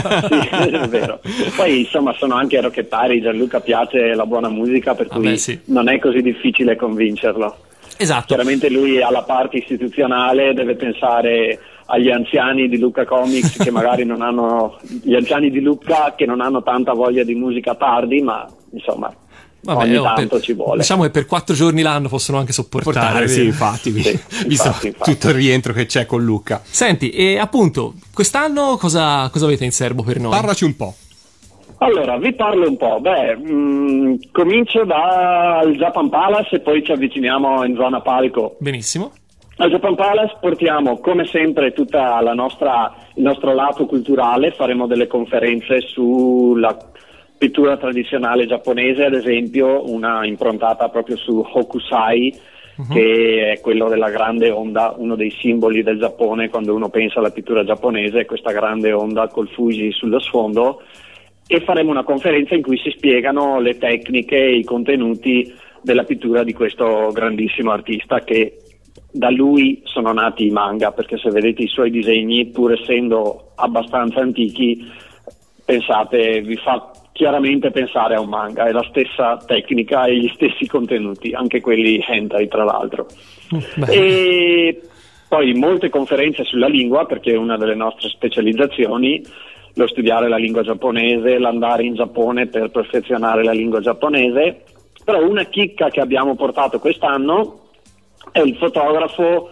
è vero. Poi insomma sono anche rockettari, Gianluca piace la buona musica, per cui Vabbè, sì. non è così difficile convincerlo. Esatto. Chiaramente lui ha la parte istituzionale, deve pensare agli anziani di Lucca Comics che magari non hanno, gli anziani di Lucca che non hanno tanta voglia di musica tardi, ma insomma Vabbè, ogni oh, tanto per, ci vuole. Diciamo che per quattro giorni l'anno possono anche sopportare. Portare, sì, infatti, sì, visto infatti, infatti. tutto il rientro che c'è con Lucca. Senti, e appunto, quest'anno cosa, cosa avete in serbo per noi? Parlaci un po'. Allora, vi parlo un po'. Beh, mh, comincio dal Japan Palace e poi ci avviciniamo in zona palco. Benissimo. Al Japan Palace portiamo come sempre tutta la nostra, il nostro lato culturale, faremo delle conferenze sulla pittura tradizionale giapponese, ad esempio una improntata proprio su Hokusai, uh-huh. che è quello della grande onda, uno dei simboli del Giappone quando uno pensa alla pittura giapponese, questa grande onda col Fuji sullo sfondo, e faremo una conferenza in cui si spiegano le tecniche e i contenuti della pittura di questo grandissimo artista, che da lui sono nati i manga, perché se vedete i suoi disegni, pur essendo abbastanza antichi, pensate, vi fa chiaramente pensare a un manga, è la stessa tecnica e gli stessi contenuti, anche quelli hentai tra l'altro. Beh. E poi molte conferenze sulla lingua, perché è una delle nostre specializzazioni, lo studiare la lingua giapponese, l'andare in Giappone per perfezionare la lingua giapponese. Però una chicca che abbiamo portato quest'anno è il fotografo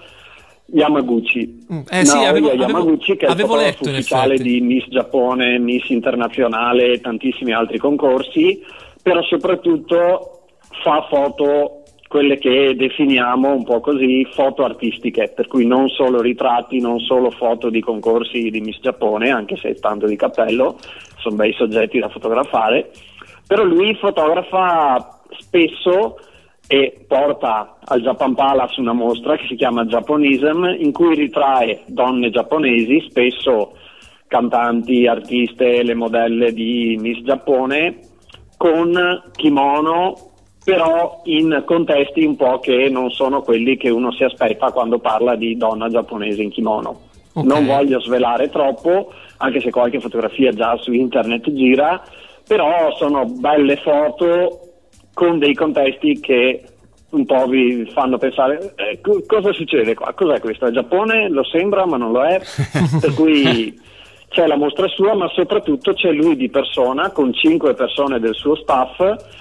Yamaguchi. Eh sì, Naoya avevo, Yamaguchi, avevo, che è il avevo fotografo letto, ufficiale di Miss Giappone, Miss Internazionale e tantissimi altri concorsi, però soprattutto fa foto, quelle che definiamo un po' così foto artistiche, per cui non solo ritratti, non solo foto di concorsi di Miss Giappone, anche se è tanto di cappello, sono bei soggetti da fotografare, però lui fotografa spesso e porta al Japan Palace una mostra che si chiama Japonism, in cui ritrae donne giapponesi, spesso cantanti, artiste, le modelle di Miss Giappone, con kimono però in contesti un po' che non sono quelli che uno si aspetta quando parla di donna giapponese in kimono. Okay. Non voglio svelare troppo, anche se qualche fotografia già su internet gira, però sono belle foto con dei contesti che un po' vi fanno pensare eh, co- cosa succede qua, cos'è questo? È Giappone? Lo sembra ma non lo è, per cui c'è la mostra sua, ma soprattutto c'è lui di persona con cinque persone del suo staff,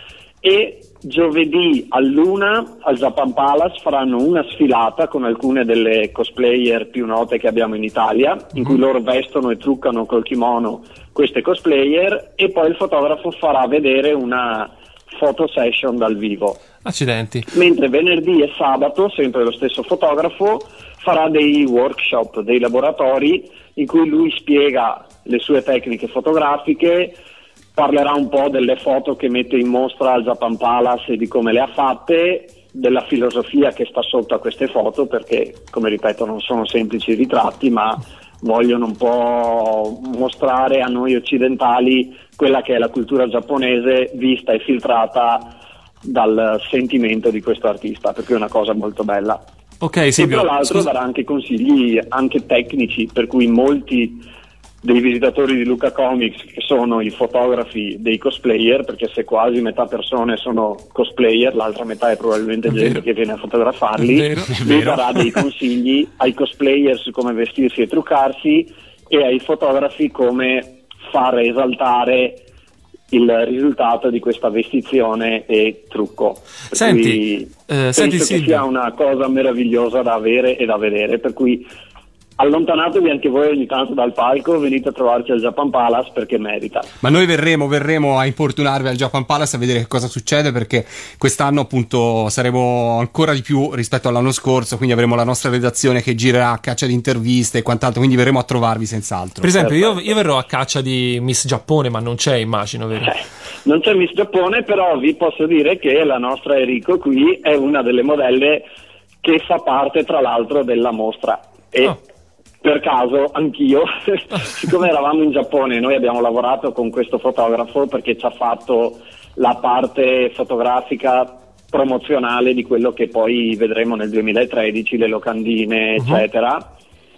e giovedì all'una al Japan Palace faranno una sfilata con alcune delle cosplayer più note che abbiamo in Italia, in cui loro vestono e truccano col kimono queste cosplayer, e poi il fotografo farà vedere una photo session dal vivo. Accidenti. Mentre venerdì e sabato, sempre lo stesso fotografo, farà dei workshop, dei laboratori in cui lui spiega le sue tecniche fotografiche, parlerà un po' delle foto che mette in mostra al Japan Palace e di come le ha fatte, della filosofia che sta sotto a queste foto, perché, come ripeto, non sono semplici ritratti, ma vogliono un po' mostrare a noi occidentali quella che è la cultura giapponese vista e filtrata dal sentimento di questo artista, perché è una cosa molto bella. Ok, Silvio, e tra l'altro scusa. darà anche consigli anche tecnici, per cui molti dei visitatori di Lucca Comics, che sono i fotografi dei cosplayer, perché se quasi metà persone sono cosplayer, l'altra metà è probabilmente È gente vero. che viene a fotografarli, È vero. È lui vero. darà dei consigli ai cosplayer su come vestirsi e truccarsi, e ai fotografi come far esaltare il risultato di questa vestizione e trucco. Per Senti, cui eh, penso senti che Silvio. sia una cosa meravigliosa da avere e da vedere, per cui allontanatevi anche voi ogni tanto dal palco, venite a trovarci al Japan Palace perché merita. Ma noi verremo, verremo a importunarvi al Japan Palace a vedere che cosa succede, perché quest'anno appunto saremo ancora di più rispetto all'anno scorso, quindi avremo la nostra redazione che girerà a caccia di interviste e quant'altro, quindi verremo a trovarvi senz'altro. Per esempio, io, io verrò a caccia di Miss Giappone, ma non c'è, immagino, vero? Eh, non c'è Miss Giappone, però vi posso dire che la nostra Enrico qui è una delle modelle che fa parte tra l'altro della mostra, e Oh. per caso anch'io, siccome eravamo in Giappone, noi abbiamo lavorato con questo fotografo perché ci ha fatto la parte fotografica promozionale di quello che poi vedremo nel duemilatredici, le locandine, Uh-huh. eccetera.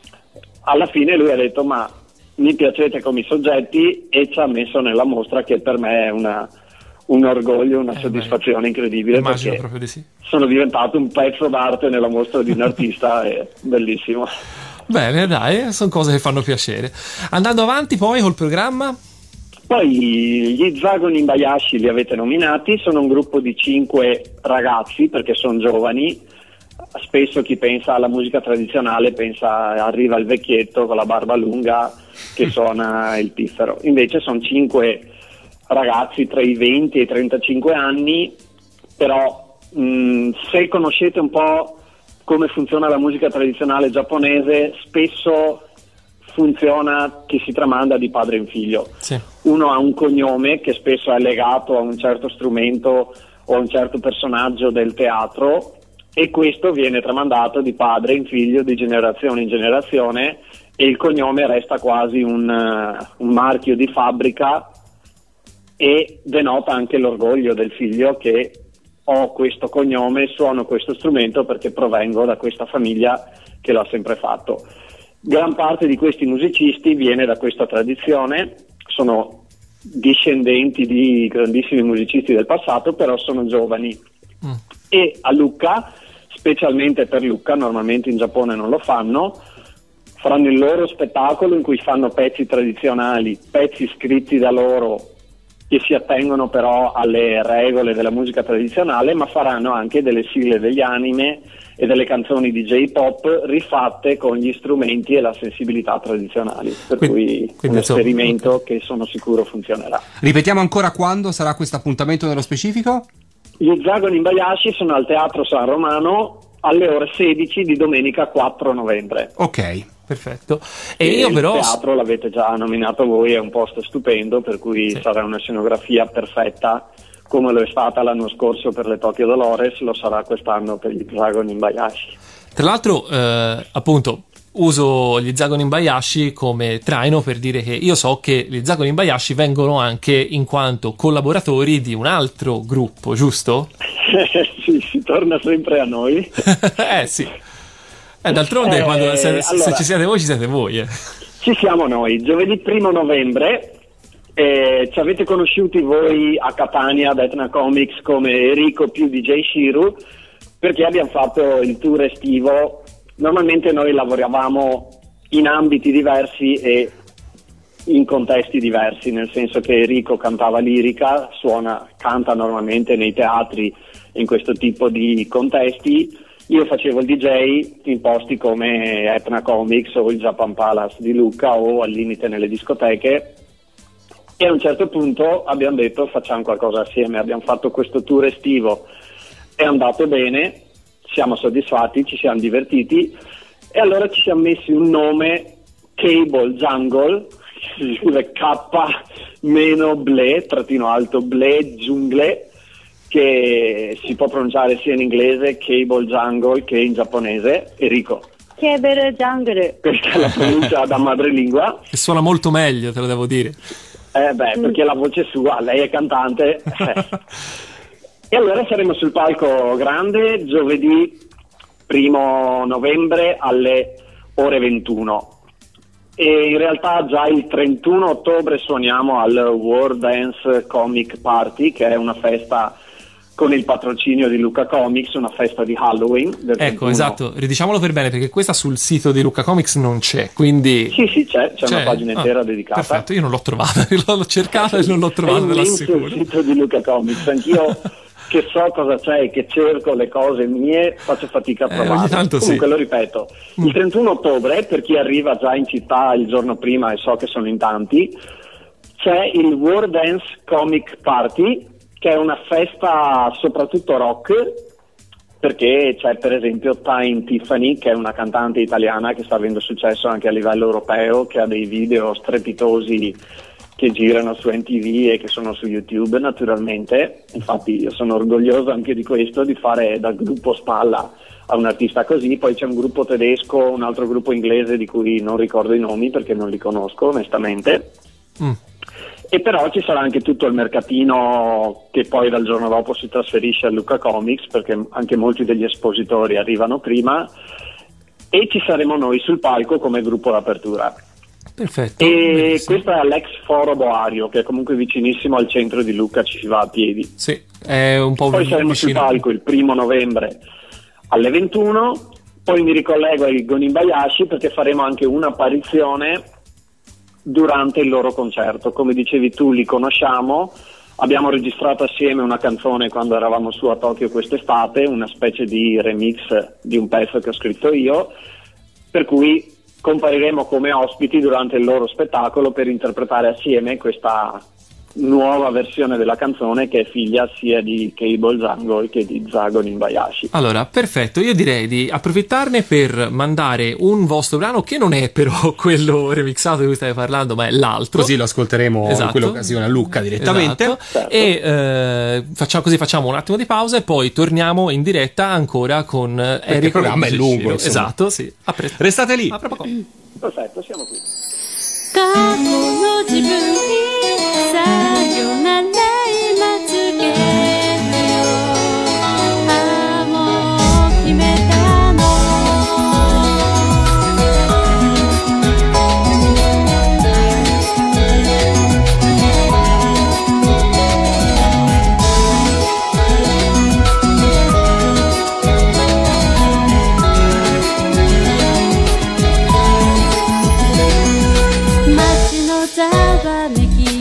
Alla fine lui ha detto: ma mi piacete come soggetti, e ci ha messo nella mostra, che per me è una, un orgoglio, una Eh, soddisfazione beh, incredibile, immagino perché proprio di sì. sono diventato un pezzo d'arte nella mostra di un artista, è bellissimo. Bene, dai, sono cose che fanno piacere. Andando avanti poi col programma. Poi gli Zagon Inbayashi li avete nominati, sono un gruppo di cinque ragazzi, perché sono giovani. Spesso chi pensa alla musica tradizionale pensa arriva il vecchietto con la barba lunga che suona il piffero, invece sono cinque ragazzi tra i venti e i trentacinque anni, però mh, se conoscete un po' come funziona la musica tradizionale giapponese, spesso funziona che si tramanda di padre in figlio. Sì. Uno ha un cognome che spesso è legato a un certo strumento o a un certo personaggio del teatro, e questo viene tramandato di padre in figlio, di generazione in generazione, e il cognome resta quasi un, uh, un marchio di fabbrica, e denota anche l'orgoglio del figlio che ho questo cognome, suono questo strumento perché provengo da questa famiglia che l'ha sempre fatto. Gran parte di questi musicisti viene da questa tradizione, sono discendenti di grandissimi musicisti del passato, però sono giovani. Mm. E a Lucca, specialmente per Lucca, normalmente in Giappone non lo fanno, faranno il loro spettacolo in cui fanno pezzi tradizionali, pezzi scritti da loro, che si attengono però alle regole della musica tradizionale, ma faranno anche delle sigle degli anime e delle canzoni di J-pop rifatte con gli strumenti e la sensibilità tradizionali, per Quindi- cui quindi, un insomma, esperimento che sono sicuro funzionerà. Ripetiamo ancora quando sarà questo appuntamento nello specifico? Gli Zagon Inbayashi sono al Teatro San Romano alle ore sedici di domenica quattro novembre. Ok. Perfetto. E io però il teatro l'avete già nominato voi, è un posto stupendo, per cui Sì. sarà una scenografia perfetta, come lo è stata l'anno scorso per le Tokyo Dolores, lo sarà quest'anno per gli Dragon Inbayashi. tra l'altro, eh, appunto, uso gli Zagon Inbayashi come traino per dire che io so che gli Zagon Inbayashi vengono anche in quanto collaboratori di un altro gruppo, giusto? Sì, si torna sempre a noi. Eh sì. Eh, d'altronde Eh, quando, se, se allora- ci siete voi, ci siete voi. Eh. Ci siamo noi, giovedì primo novembre. Eh, ci avete conosciuti voi a Catania ad Etna Comics come Enrico più D J Shiru, perché abbiamo fatto il tour estivo. Normalmente noi lavoravamo in ambiti diversi e in contesti diversi, nel senso che Enrico cantava lirica, suona, canta normalmente nei teatri in questo tipo di contesti. Io facevo il D J in posti come Etna Comics o il Japan Palace di Lucca o al limite nelle discoteche. E a un certo punto abbiamo detto facciamo qualcosa assieme, abbiamo fatto questo tour estivo, è andato bene, siamo soddisfatti, ci siamo divertiti e allora ci siamo messi un nome, Cable Jungle, si scrive K meno ble, trattino alto ble, giungle, che si può pronunciare sia in inglese Cable Jungle che in giapponese. Enrico, Cable Jungle. questa è la pronuncia da madrelingua. Che suona molto meglio, te lo devo dire. Eh beh, perché la voce sua, lei è cantante. E allora saremo sul palco grande giovedì primo novembre alle ore ventuno. E in realtà già il trentuno ottobre suoniamo al World Dance Comic Party, che è una festa con il patrocinio di Lucca Comics, una festa di Halloween. Del Ecco, trentuno. esatto, ridiciamolo per bene perché questa sul sito di Lucca Comics non c'è, quindi... Sì, sì, c'è, c'è una pagina ah, intera dedicata. Perfetto, io non l'ho trovata, l'ho cercata e non l'ho trovata, È te un link l'assicuro. sul sito di Lucca Comics, anch'io che so cosa c'è e che cerco le cose mie, faccio fatica a Eh, trovare. ogni tanto sì. Comunque lo ripeto, il trentuno ottobre, per chi arriva già in città il giorno prima e so che sono in tanti, c'è il World Dance Comic Party, che è una festa soprattutto rock, perché c'è per esempio Time Tiffany, che è una cantante italiana che sta avendo successo anche a livello europeo, che ha dei video strepitosi che girano su M T V e che sono su YouTube naturalmente. Infatti io sono orgoglioso anche di questo, di fare dal gruppo spalla a un artista così. Poi c'è un gruppo tedesco, un altro gruppo inglese di cui non ricordo i nomi perché non li conosco onestamente. Mm. E però ci sarà anche tutto il mercatino che poi dal giorno dopo si trasferisce a Lucca Comics, perché anche molti degli espositori arrivano prima, e ci saremo noi sul palco come gruppo d'apertura. Perfetto. E benissimo. questo è all'ex Foro Boario, che è comunque vicinissimo al centro di Lucca, ci si va a piedi. Sì, è un po' Poi saremo sul vicino. palco il primo novembre alle ventuno, poi mi ricollego ai Gonimbayashi perché faremo anche un'apparizione durante il loro concerto. Come dicevi tu, li conosciamo, abbiamo registrato assieme una canzone quando eravamo su a Tokyo quest'estate, una specie di remix di un pezzo che ho scritto io, per cui compariremo come ospiti durante il loro spettacolo per interpretare assieme questa nuova versione della canzone che è figlia sia di Cable Jungle che di Zagon Inbayashi. Allora, perfetto, io direi di approfittarne per mandare un vostro brano che non è però quello remixato di cui stai parlando, ma è l'altro. Così lo ascolteremo Esatto. in quell'occasione a Lucca direttamente. Esatto. Certo. E eh, facciamo così, facciamo un attimo di pausa e poi torniamo in diretta ancora con eh, Enrico. il programma è Di lungo, Ciro. insomma. Esatto, sì. A presto. Restate lì. A tra poco. Perfetto, siamo qui. 過去の自分にさよなら今つけるよああもう決めたの街のざわめき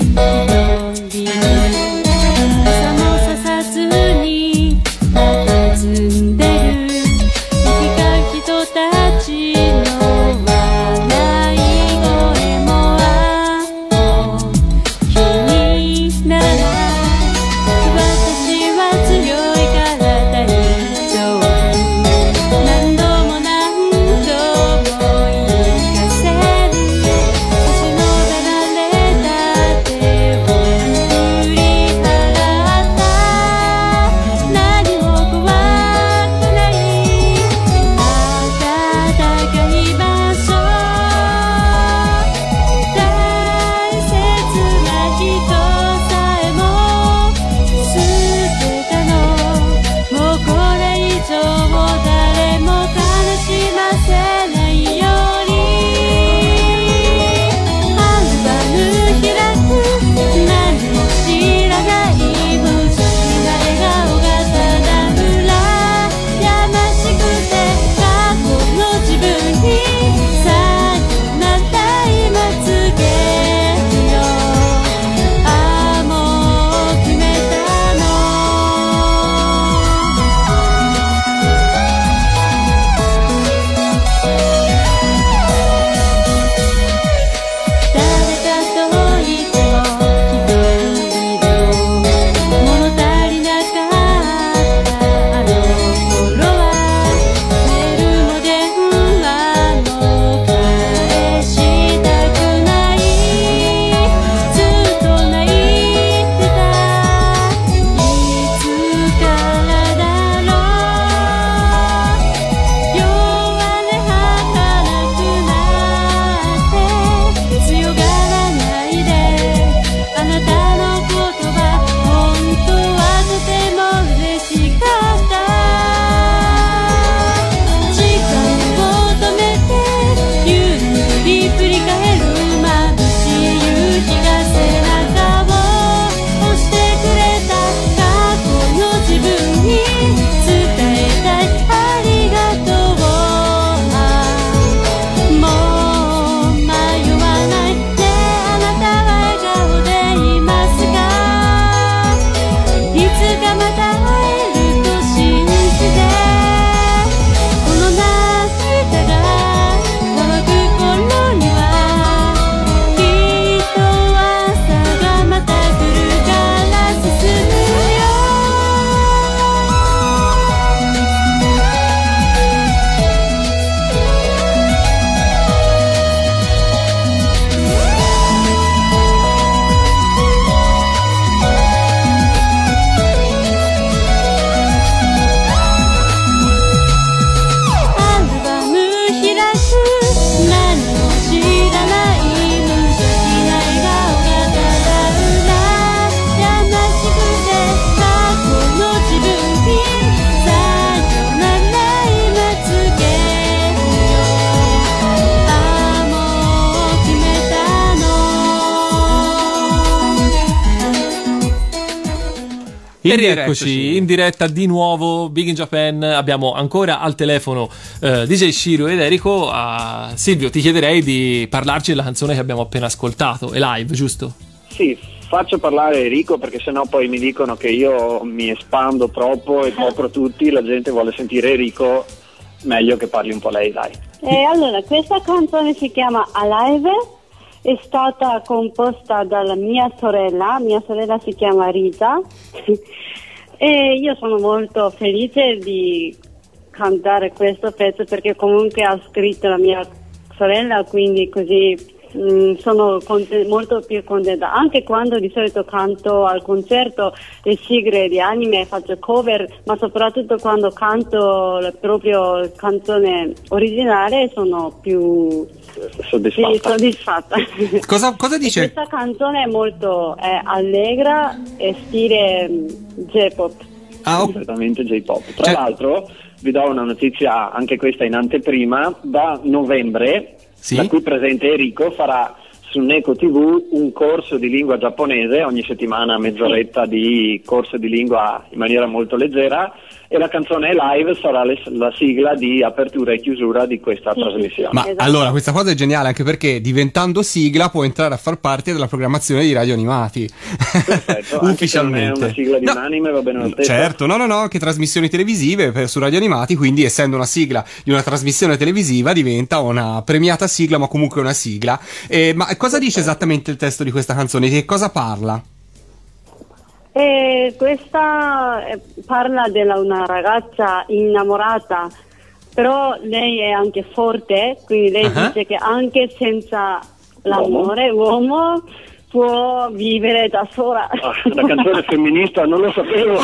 E In rieccoci diretta, in diretta di nuovo, Big in Japan. Abbiamo ancora al telefono eh, D J Shiro ed Enrico. Uh, Silvio, ti chiederei di parlarci della canzone che abbiamo appena ascoltato. È live, giusto? Sì, faccio parlare Enrico perché sennò poi mi dicono che io mi espando troppo e copro tutti, la gente vuole sentire Enrico, meglio che parli un po' lei, dai. E allora, questa canzone si chiama Alive, è stata composta dalla mia sorella, mia sorella si chiama Rita e io sono molto felice di cantare questo pezzo perché comunque ha scritto la mia sorella, quindi così mh, sono conte- molto più contenta. Anche quando di solito canto al concerto le sigle di anime, faccio cover, ma soprattutto quando canto la propria canzone originale sono più Soddisfatta. sì, soddisfatta. Cosa, cosa dice? E questa canzone è molto eh, allegra e stile mh, J-pop. Ah, ok. Completamente J-pop. Tra Cioè- l'altro vi do una notizia, anche questa in anteprima, da novembre Sì? da qui presente Enrico farà su Neko tivù un corso di lingua giapponese, ogni settimana mezz'oretta di corso di lingua in maniera molto leggera, e la canzone live sarà le- la sigla di apertura e chiusura di questa Sì, trasmissione. Ma Esatto. allora questa cosa è geniale anche perché diventando sigla può entrare a far parte della programmazione di Radio Animati. Perfetto, anche se non è una sigla di un anime, va bene lo stesso. Certo, no no no, anche trasmissioni televisive per- su Radio Animati, quindi essendo una sigla di una trasmissione televisiva diventa una premiata sigla, ma comunque una sigla. Eh, ma cosa dice esattamente il testo di questa canzone? Di che cosa parla? E questa eh, parla di una ragazza innamorata, però lei è anche forte, quindi lei Ah. dice che anche senza l'amore l'uomo può vivere da sola. Ah, la canzone femminista, non lo sapevo.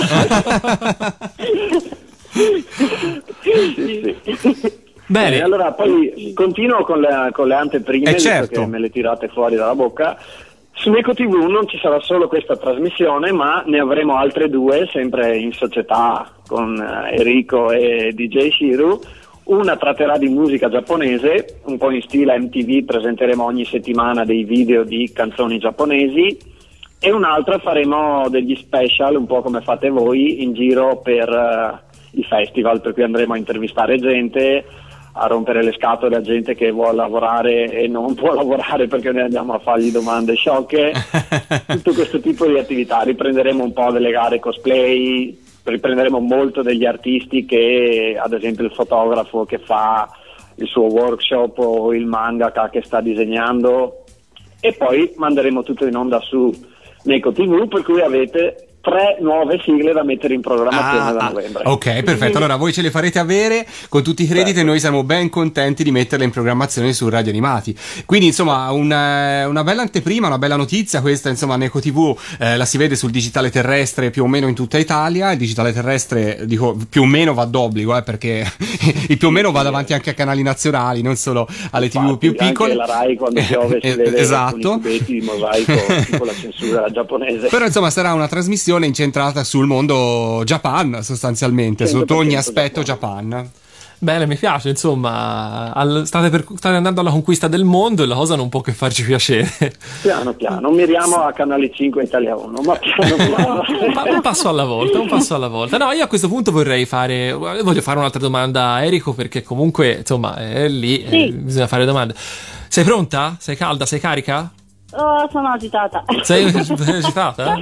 Sì, sì. Bene. E allora poi continuo con le, con le anteprime, Eh, visto certo. che me le tirate fuori dalla bocca. Su Neko tivù non ci sarà solo questa trasmissione, ma ne avremo altre due, sempre in società con eh, Enrico e D J Shiru. Una tratterà di musica giapponese, un po' in stile M T V, presenteremo ogni settimana dei video di canzoni giapponesi, e un'altra faremo degli special, un po' come fate voi, in giro per eh, i festival, per cui andremo a intervistare gente, a rompere le scatole a gente che vuole lavorare e non può lavorare perché noi andiamo a fargli domande sciocche. Tutto questo tipo di attività. Riprenderemo un po' delle gare cosplay, riprenderemo molto degli artisti che, ad esempio il fotografo che fa il suo workshop o il mangaka che sta disegnando, e poi manderemo tutto in onda su Neko tivù, per cui avete tre nuove sigle da mettere in programmazione Ah, da ah, novembre. ok, perfetto. Allora voi ce le farete avere con tutti i crediti e noi siamo ben contenti di metterle in programmazione su Radio Animati. Quindi insomma una, una bella anteprima, una bella notizia questa. Insomma Neko tivù eh, la si vede sul digitale terrestre più o meno in tutta Italia. Il digitale terrestre, dico più o meno, va d'obbligo, eh, perché il più o meno va davanti anche a canali nazionali, non solo alle tivù Infatti, più piccole. anche la Rai quando piove si Eh, vede esatto. con i cubetti di mosaico, tipo la censura giapponese. Però insomma sarà una trasmissione incentrata sul mondo Japan, sostanzialmente, cento per sotto ogni cento aspetto Japan. Bene, mi piace, insomma, al- state, per- state andando alla conquista del mondo e la cosa non può che farci piacere. Piano piano, miriamo a Canale cinque Italia uno, ma piano piano. Ma un passo alla volta, un passo alla volta. No, io a questo punto vorrei fare, voglio fare un'altra domanda a Enrico, perché comunque, insomma, è lì, Sì. eh, bisogna fare domande. Sei pronta? Sei calda? Sei carica? Oh, sono agitata. Sei sei agitata?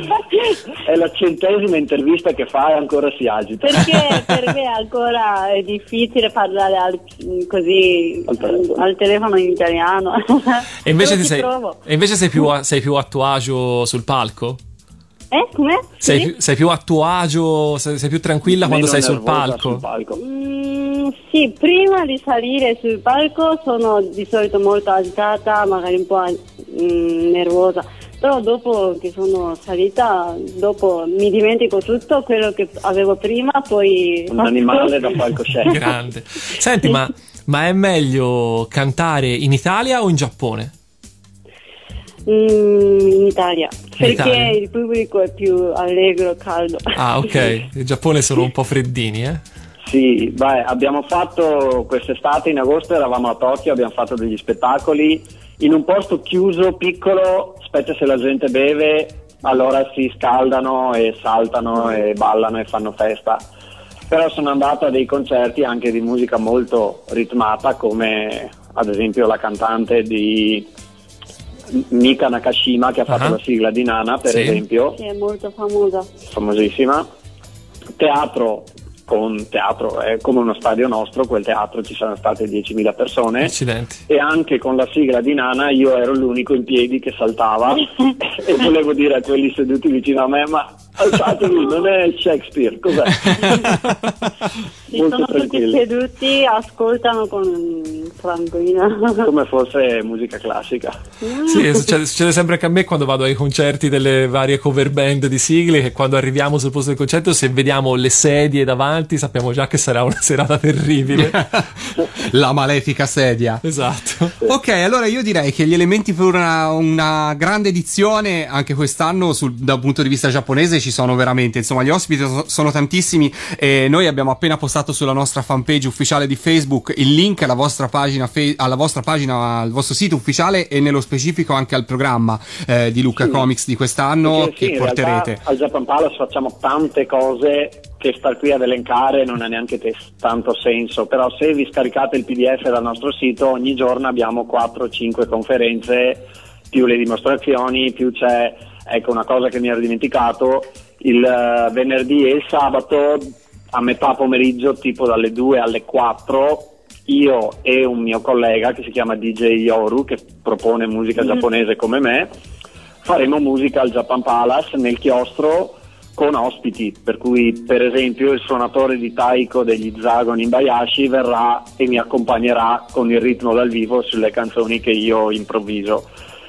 È la centesima intervista che fa e ancora si agita. Perché per me ancora è difficile parlare al- così Al telefono. al telefono in italiano. E invece, Però ti ci sei, provo. e invece sei, più a, sei più a tuo agio sul palco? Eh, com'è? Sei, Sì? più, sei più a tuo agio, sei, sei più tranquilla quando Meno sei sul nervosa palco? sul palco. Mm, sì, prima di salire sul palco sono di solito molto agitata, magari un po' mm, nervosa, però dopo che sono salita, dopo mi dimentico tutto quello che avevo prima, poi... Un animale da palcoscenico. Grande. Senti, ma, ma è meglio cantare in Italia o in Giappone? Mm, in Italia, perché Italia? il pubblico è più allegro, caldo. Ah, ok. Il Giappone sono un po' freddini, eh? Sì, beh, abbiamo fatto quest'estate, in agosto eravamo a Tokyo, abbiamo fatto degli spettacoli in un posto chiuso, piccolo, specie se la gente beve, allora si scaldano e saltano e ballano e fanno festa. Però sono andato a dei concerti anche di musica molto ritmata, come ad esempio la cantante di Mika Nakashima che ha fatto uh-huh. la sigla di Nana, per sì. esempio. Sì, è molto famosa. Famosissima. Teatro con teatro, è come uno stadio nostro, quel teatro ci sono state diecimila persone. Accidenti. E anche con la sigla di Nana io ero l'unico in piedi che saltava e volevo dire a quelli seduti vicino a me: ma alzatevi, non è Shakespeare, cos'è? Sì, sono tutti seduti, ascoltano con tranquilla, come fosse musica classica. Sì, succede, succede sempre anche a me quando vado ai concerti delle varie cover band di sigle, che quando arriviamo sul posto del concerto, se vediamo le sedie davanti sappiamo già che sarà una serata terribile. La malefica sedia. Esatto. Ok, allora io direi che gli elementi per una, una grande edizione anche quest'anno sul, dal punto di vista giapponese ci sono veramente, insomma gli ospiti so, sono tantissimi e noi abbiamo appena postato sulla nostra fanpage ufficiale di Facebook il link alla vostra pagina, fe- alla vostra pagina, al vostro sito ufficiale e nello specifico anche al programma eh, di Lucca sì. Comics di quest'anno. Perché, che sì, porterete. Al Japan Palace facciamo tante cose che star qui ad elencare non ha neanche te- tanto senso, però se vi scaricate il P D F dal nostro sito ogni giorno abbiamo quattro cinque conferenze più le dimostrazioni, più c'è, ecco una cosa che mi ero dimenticato, il uh, venerdì e il sabato a metà pomeriggio, tipo dalle due alle quattro, io e un mio collega che si chiama D J Yoru, che propone musica mm-hmm. giapponese come me, faremo musica al Japan Palace nel chiostro con ospiti, per cui per esempio il suonatore di taiko degli Zagon Inbayashi verrà e mi accompagnerà con il ritmo dal vivo sulle canzoni che io improvviso.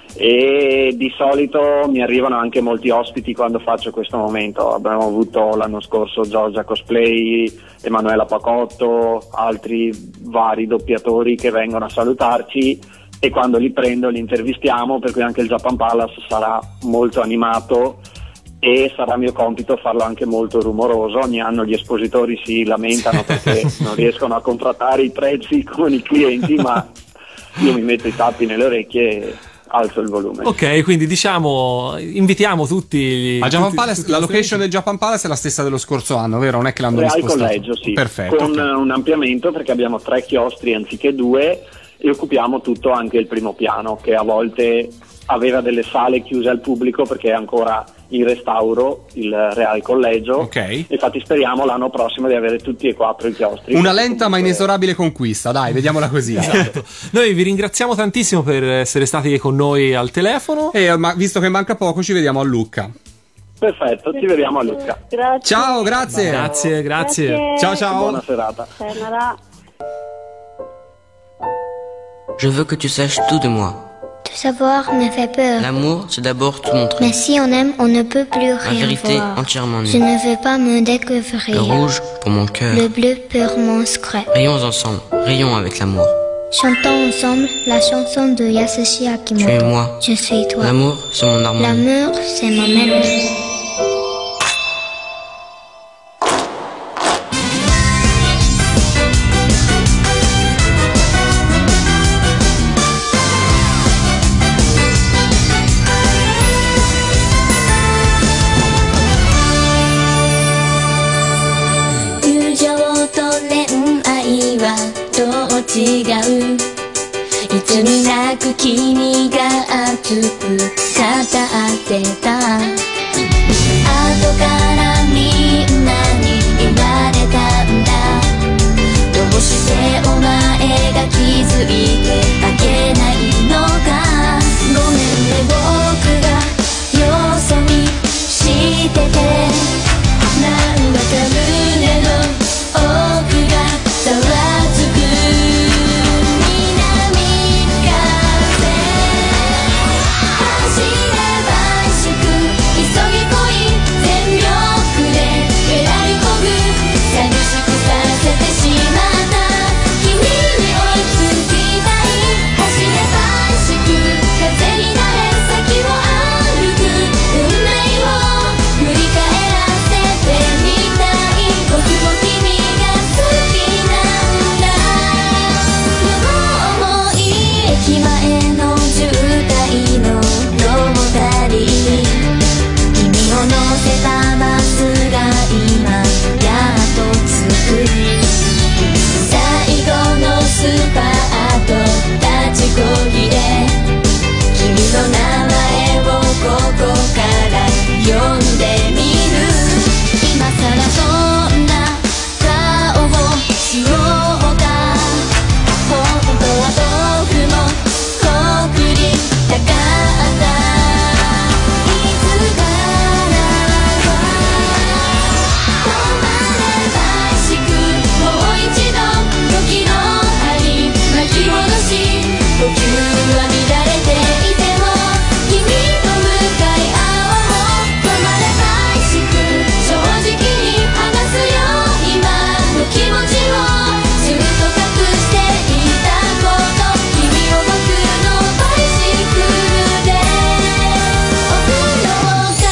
E di solito mi arrivano anche molti ospiti quando faccio questo momento. Abbiamo avuto l'anno scorso Giorgia Cosplay, Emanuela Pacotto, altri vari doppiatori che vengono a salutarci e quando li prendo li intervistiamo, per cui anche il Japan Palace sarà molto animato e sarà mio compito farlo anche molto rumoroso. Ogni anno gli espositori si lamentano perché non riescono a contrattare i prezzi con i clienti, ma io mi metto i tappi nelle orecchie e alzo il volume. Ok, quindi diciamo invitiamo tutti a Japan tutti, Palace. tutti la location del Japan Palace è la stessa dello scorso anno, vero? Non è che l'hanno Real rispostato. Collegio, sì. Perfetto, con okay. un ampliamento perché abbiamo tre chiostri anziché due e occupiamo tutto anche il primo piano, che a volte aveva delle sale chiuse al pubblico perché è ancora in restauro il Real Collegio. Ok. Infatti speriamo l'anno prossimo di avere tutti e quattro i chiostri. Una lenta comunque... ma inesorabile conquista, dai, vediamola così. Esatto. Noi vi ringraziamo tantissimo per essere stati con noi al telefono E ma visto che manca poco ci vediamo a Lucca. Perfetto, ci vediamo a Lucca. Grazie. Ciao, grazie. grazie grazie, Grazie. Ciao ciao. Buona serata. Sayonara. Je veux que tu saches tout de moi. Tout savoir me fait peur. L'amour, c'est d'abord tout montrer. Mais si on aime, on ne peut plus La rien vérité voir. entièrement Je nue. ne veux pas me Le découvrir. rouge pour mon cœur. Le bleu pour mon secret. Rayons ensemble, rayons avec l'amour. Chantons ensemble la chanson de Yasushi Akimoto. Tu es moi. Je suis toi. L'amour, c'est mon harmonie. L'amour, c'est ma mélodie. 違ういつになく君が熱く語ってた後からみんなに言われたんだどうしてお前が気づいてあげないのかごめんね僕がよそ見しててなんだか胸の奥がざわつく寂しくさせてしまった君スパート立ちこぎで君の名前をここから呼んでみる今さらそんな顔をしようか本当は僕も告りたかったいつからは止まればしくもう一度時の針巻き戻し呼吸は乱れていても君と向かい合おう止まればしく正直に話すよ今の気持ちをずっと隠していたこと君を僕のバイシクルで送ろうか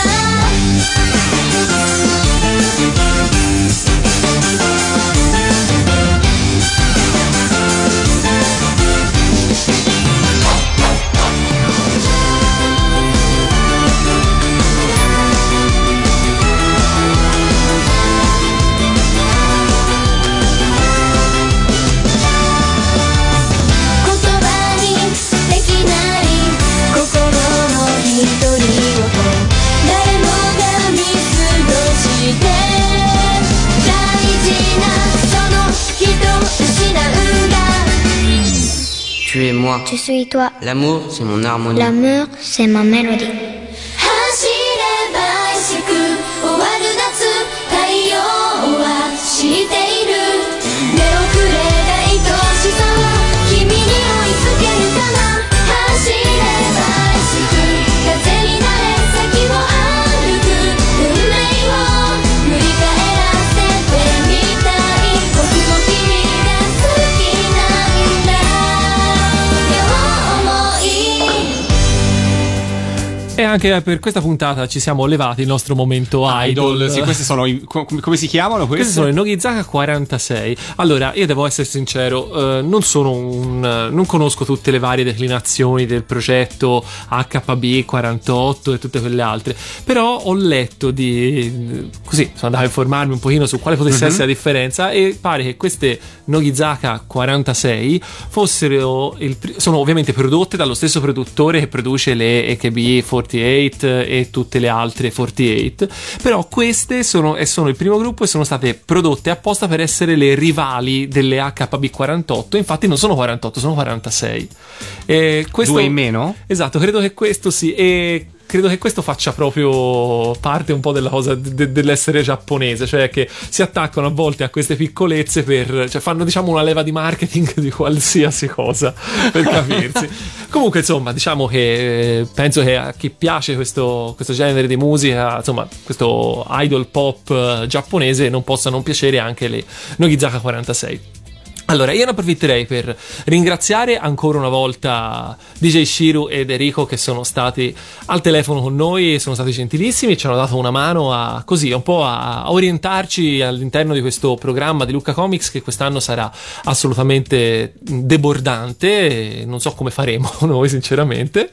言葉にできない心の独り言誰もが見過ごして大事なその人失うんだ Tu es moi. Je suis toi. L'amour, c'est mon harmonie. L'amour, c'est ma mélodie. 走ればしく終わる夏太陽は知っている出遅れた愛しさを君に追いつけるかな走ればしく風になれ先を歩く運命を振り返らせてみたい僕も君が好きなんだ両思い E anche per questa puntata ci siamo levati il nostro momento idol. Idol, sì, questi sono i, com- come si chiamano questi? Questi sono i Nogizaka quarantasei. Allora, io devo essere sincero, eh, non sono un eh, non conosco tutte le varie declinazioni del progetto H B quarantotto e tutte quelle altre, però ho letto di così, sono andato a informarmi un pochino su quale potesse Mhm. essere la differenza e pare che queste Nogizaka quarantasei fossero il pri- sono ovviamente prodotte dallo stesso produttore che produce le A K B quarantotto e tutte le altre quarantotto, però queste sono, e sono il primo gruppo e sono state prodotte apposta per essere le rivali delle H B quarantotto, infatti non sono quarantotto, sono quarantasei. E questo, Due in meno? esatto, credo che questo sì, e credo che questo faccia proprio parte un po' della cosa de- dell'essere giapponese, cioè che si attaccano a volte a queste piccolezze per, cioè fanno diciamo una leva di marketing di qualsiasi cosa per capirsi. Comunque insomma diciamo che eh, penso che a chi piace questo, questo genere di musica, insomma questo idol pop eh, giapponese, non possa non piacere anche le Nogizaka quarantasei. Allora, io ne approfitterei per ringraziare ancora una volta D J Shiru ed Enrico che sono stati al telefono con noi e sono stati gentilissimi e ci hanno dato una mano a così un po' a orientarci all'interno di questo programma di Lucca Comics che quest'anno sarà assolutamente debordante e non so come faremo noi sinceramente.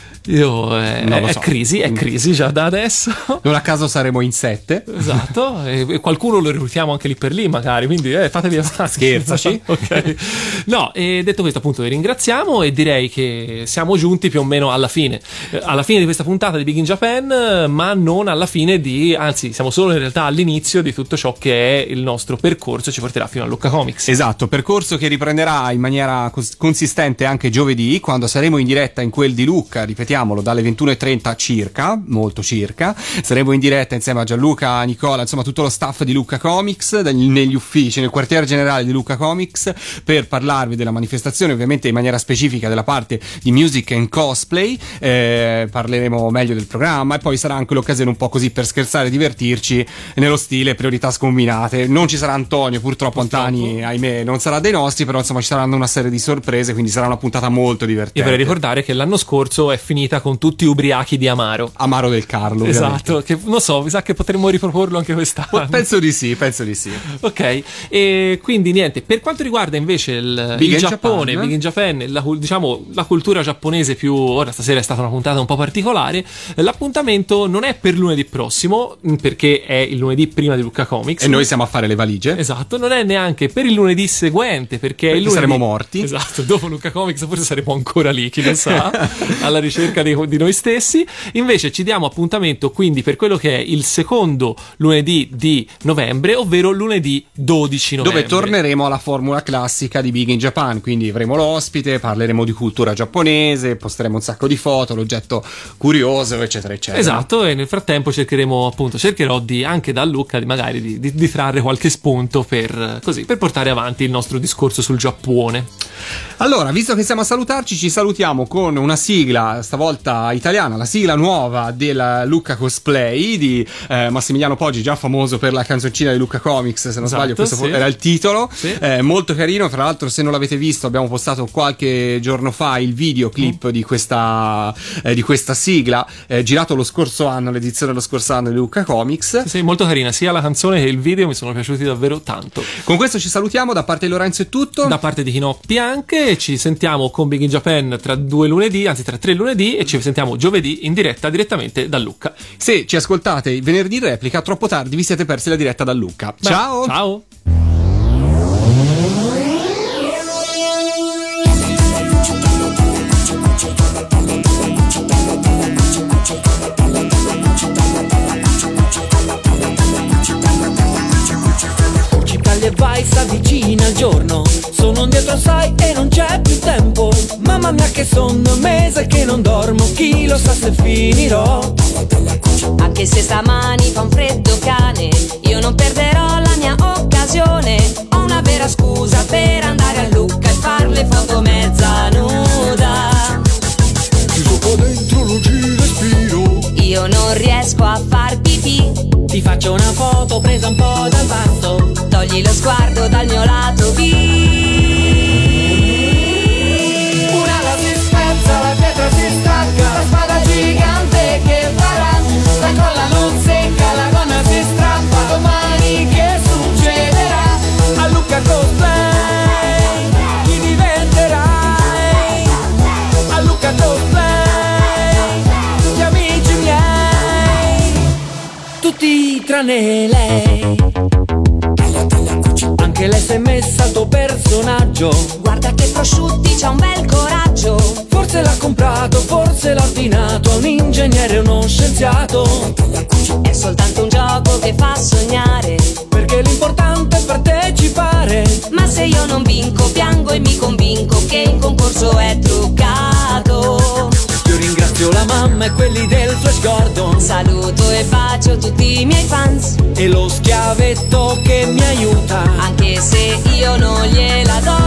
Io eh, Non lo è so. crisi, è crisi già da adesso. Non a caso saremo in sette. Esatto, e, e qualcuno lo reclutiamo anche lì per lì magari, quindi eh, fatevi avanti. Scherzaci. Ok. No, e detto questo appunto vi ringraziamo e direi che siamo giunti più o meno alla fine. Eh, alla fine di questa puntata di Big in Japan, eh, ma non alla fine di, anzi siamo solo in realtà all'inizio di tutto ciò che è il nostro percorso e ci porterà fino a Lucca Comics. Esatto, percorso che riprenderà in maniera cos- consistente anche giovedì, quando saremo in diretta in quel di Lucca, ripetiamolo, dalle ventuno e trenta circa, molto circa. Saremo in diretta insieme a Gianluca, Nicola, insomma tutto lo staff di Lucca Comics, dagli- negli uffici, nel quartiere generale di Lucca Comics, per parlarvi della manifestazione, ovviamente in maniera specifica della parte di music and cosplay. Eh, parleremo meglio del programma e poi sarà anche l'occasione un po' così per scherzare e divertirci nello stile priorità scombinate. Non ci sarà Antonio, purtroppo, Purtroppo. Antani, ahimè, non sarà dei nostri, però insomma ci saranno una serie di sorprese, quindi sarà una puntata molto divertente. Io vorrei ricordare che l'anno scorso è finita finita con tutti ubriachi di Amaro. Amaro del Carlo. Esatto, che non so, mi sa che potremmo riproporlo anche quest'anno. Penso di sì, penso di sì. Ok, e quindi niente, per quanto riguarda invece il, Big il in Giappone, Japan. Big in Japan, la, diciamo la cultura giapponese più, ora stasera è stata una puntata un po' particolare, l'appuntamento non è per lunedì prossimo, perché è il lunedì prima di Lucca Comics. E noi siamo a fare le valigie. Esatto, non è neanche per il lunedì seguente, perché, perché il lunedì, saremo morti. Esatto, dopo Lucca Comics forse saremo ancora lì, chi lo sa, alla ricerca di, di noi stessi. Invece ci diamo appuntamento quindi per quello che è il secondo lunedì di novembre, ovvero lunedì dodici novembre. Dove torneremo alla formula classica di Big in Japan, quindi avremo l'ospite, parleremo di cultura giapponese, posteremo un sacco di foto, l'oggetto curioso, eccetera, eccetera. Esatto, e nel frattempo cercheremo appunto, cercherò di anche da Lucca di magari di, di, di trarre qualche spunto per così, per portare avanti il nostro discorso sul Giappone. Allora, visto che siamo a salutarci, ci salutiamo con una sigla, stavolta italiana, la sigla nuova della Lucca Cosplay di eh, Massimiliano Poggi, già famoso per la canzoncina di Lucca Comics, se non Esatto, sbaglio questo sì. era il titolo. Sì. Eh, molto carino, tra l'altro se non l'avete visto abbiamo postato qualche giorno fa il videoclip mm. di questa eh, di questa sigla, eh, girato lo scorso anno, l'edizione dello scorso anno di Lucca Comics. Sì, molto carina, sia la canzone che il video mi sono piaciuti davvero tanto. Con questo ci salutiamo, da parte di Lorenzo è tutto. Da parte di Chinoppi anche, ci sentiamo con Big in Japan tra due lunedì, anzi tra tre lunedì, e ci sentiamo giovedì in diretta direttamente da Lucca. Se ci ascoltate il venerdì in replica, troppo tardi vi siete persi la diretta da Lucca. Beh, ciao! Ciao! E vai, s'avvicina il giorno, sono dietro sai e non c'è più tempo. Mamma mia che sonno, mese che non dormo, chi lo sa se finirò. Anche se stamani fa un freddo cane, io non perderò la mia occasione. Ho una vera scusa per andare a Lucca e far le foto mezza nuda. Chiuso qua dentro non ci respiro, io non riesco a far pipì. ti faccio una foto presa un po' dal basso, togli lo sguardo dal mio lato B. Un'ala si spezza, la pietra si stacca, la spada gigante che farà, la colla non secca, la gonna si strappa, domani che succederà? A Lucca Cosplay chi diventerai? A Lucca Cosplay tutti amici miei, tutti tranne lei. Anche lei si è messa al tuo personaggio, guarda che prosciutti, c'ha un bel coraggio. Forse l'ha comprato, forse l'ha ordinato a un ingegnere o uno scienziato. È soltanto un gioco che fa sognare, perché l'importante è partecipare. Ma se io non vinco, piango e mi convinco che il concorso è truccato. Io ringrazio la mamma e quelli del Flash Gordon, saluto e bacio tutti i miei fans e lo schiavetto che mi aiuta, anche se io non gliela do.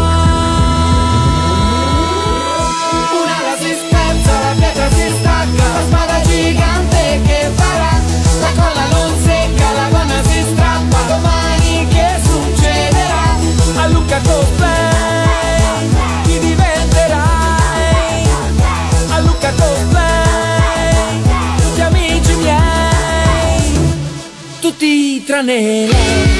Un'ala si spezza, la pietra si stacca, la spada gigante che farà, la colla non secca, la gonna si strappa, domani che succederà? A Lucca Cosplay chi diventerai? A Lucca Cosplay tutti amici miei, tutti tranne lei.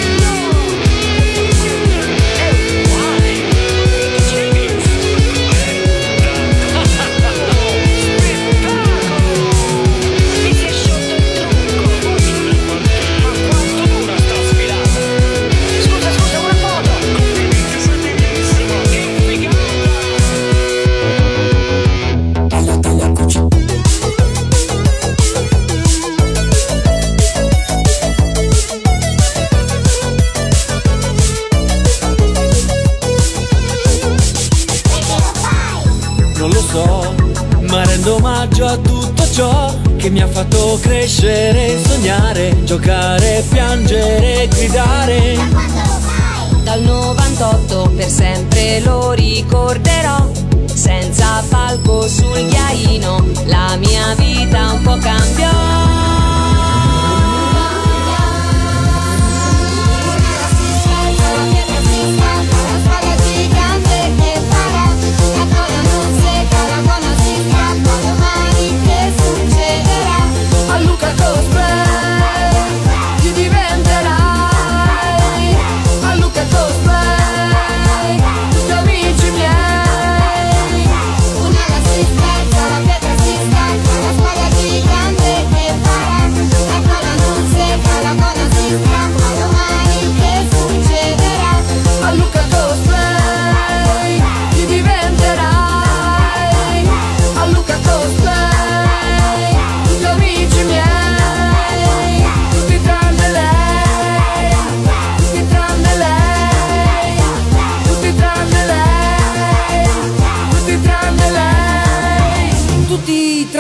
Ma rendo omaggio a tutto ciò che mi ha fatto crescere, sognare, giocare, piangere, gridare. Dal novantotto per sempre lo ricorderò, senza palco sul ghiaino la mia vita un po' cambiò. Domani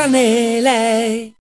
tranne lei.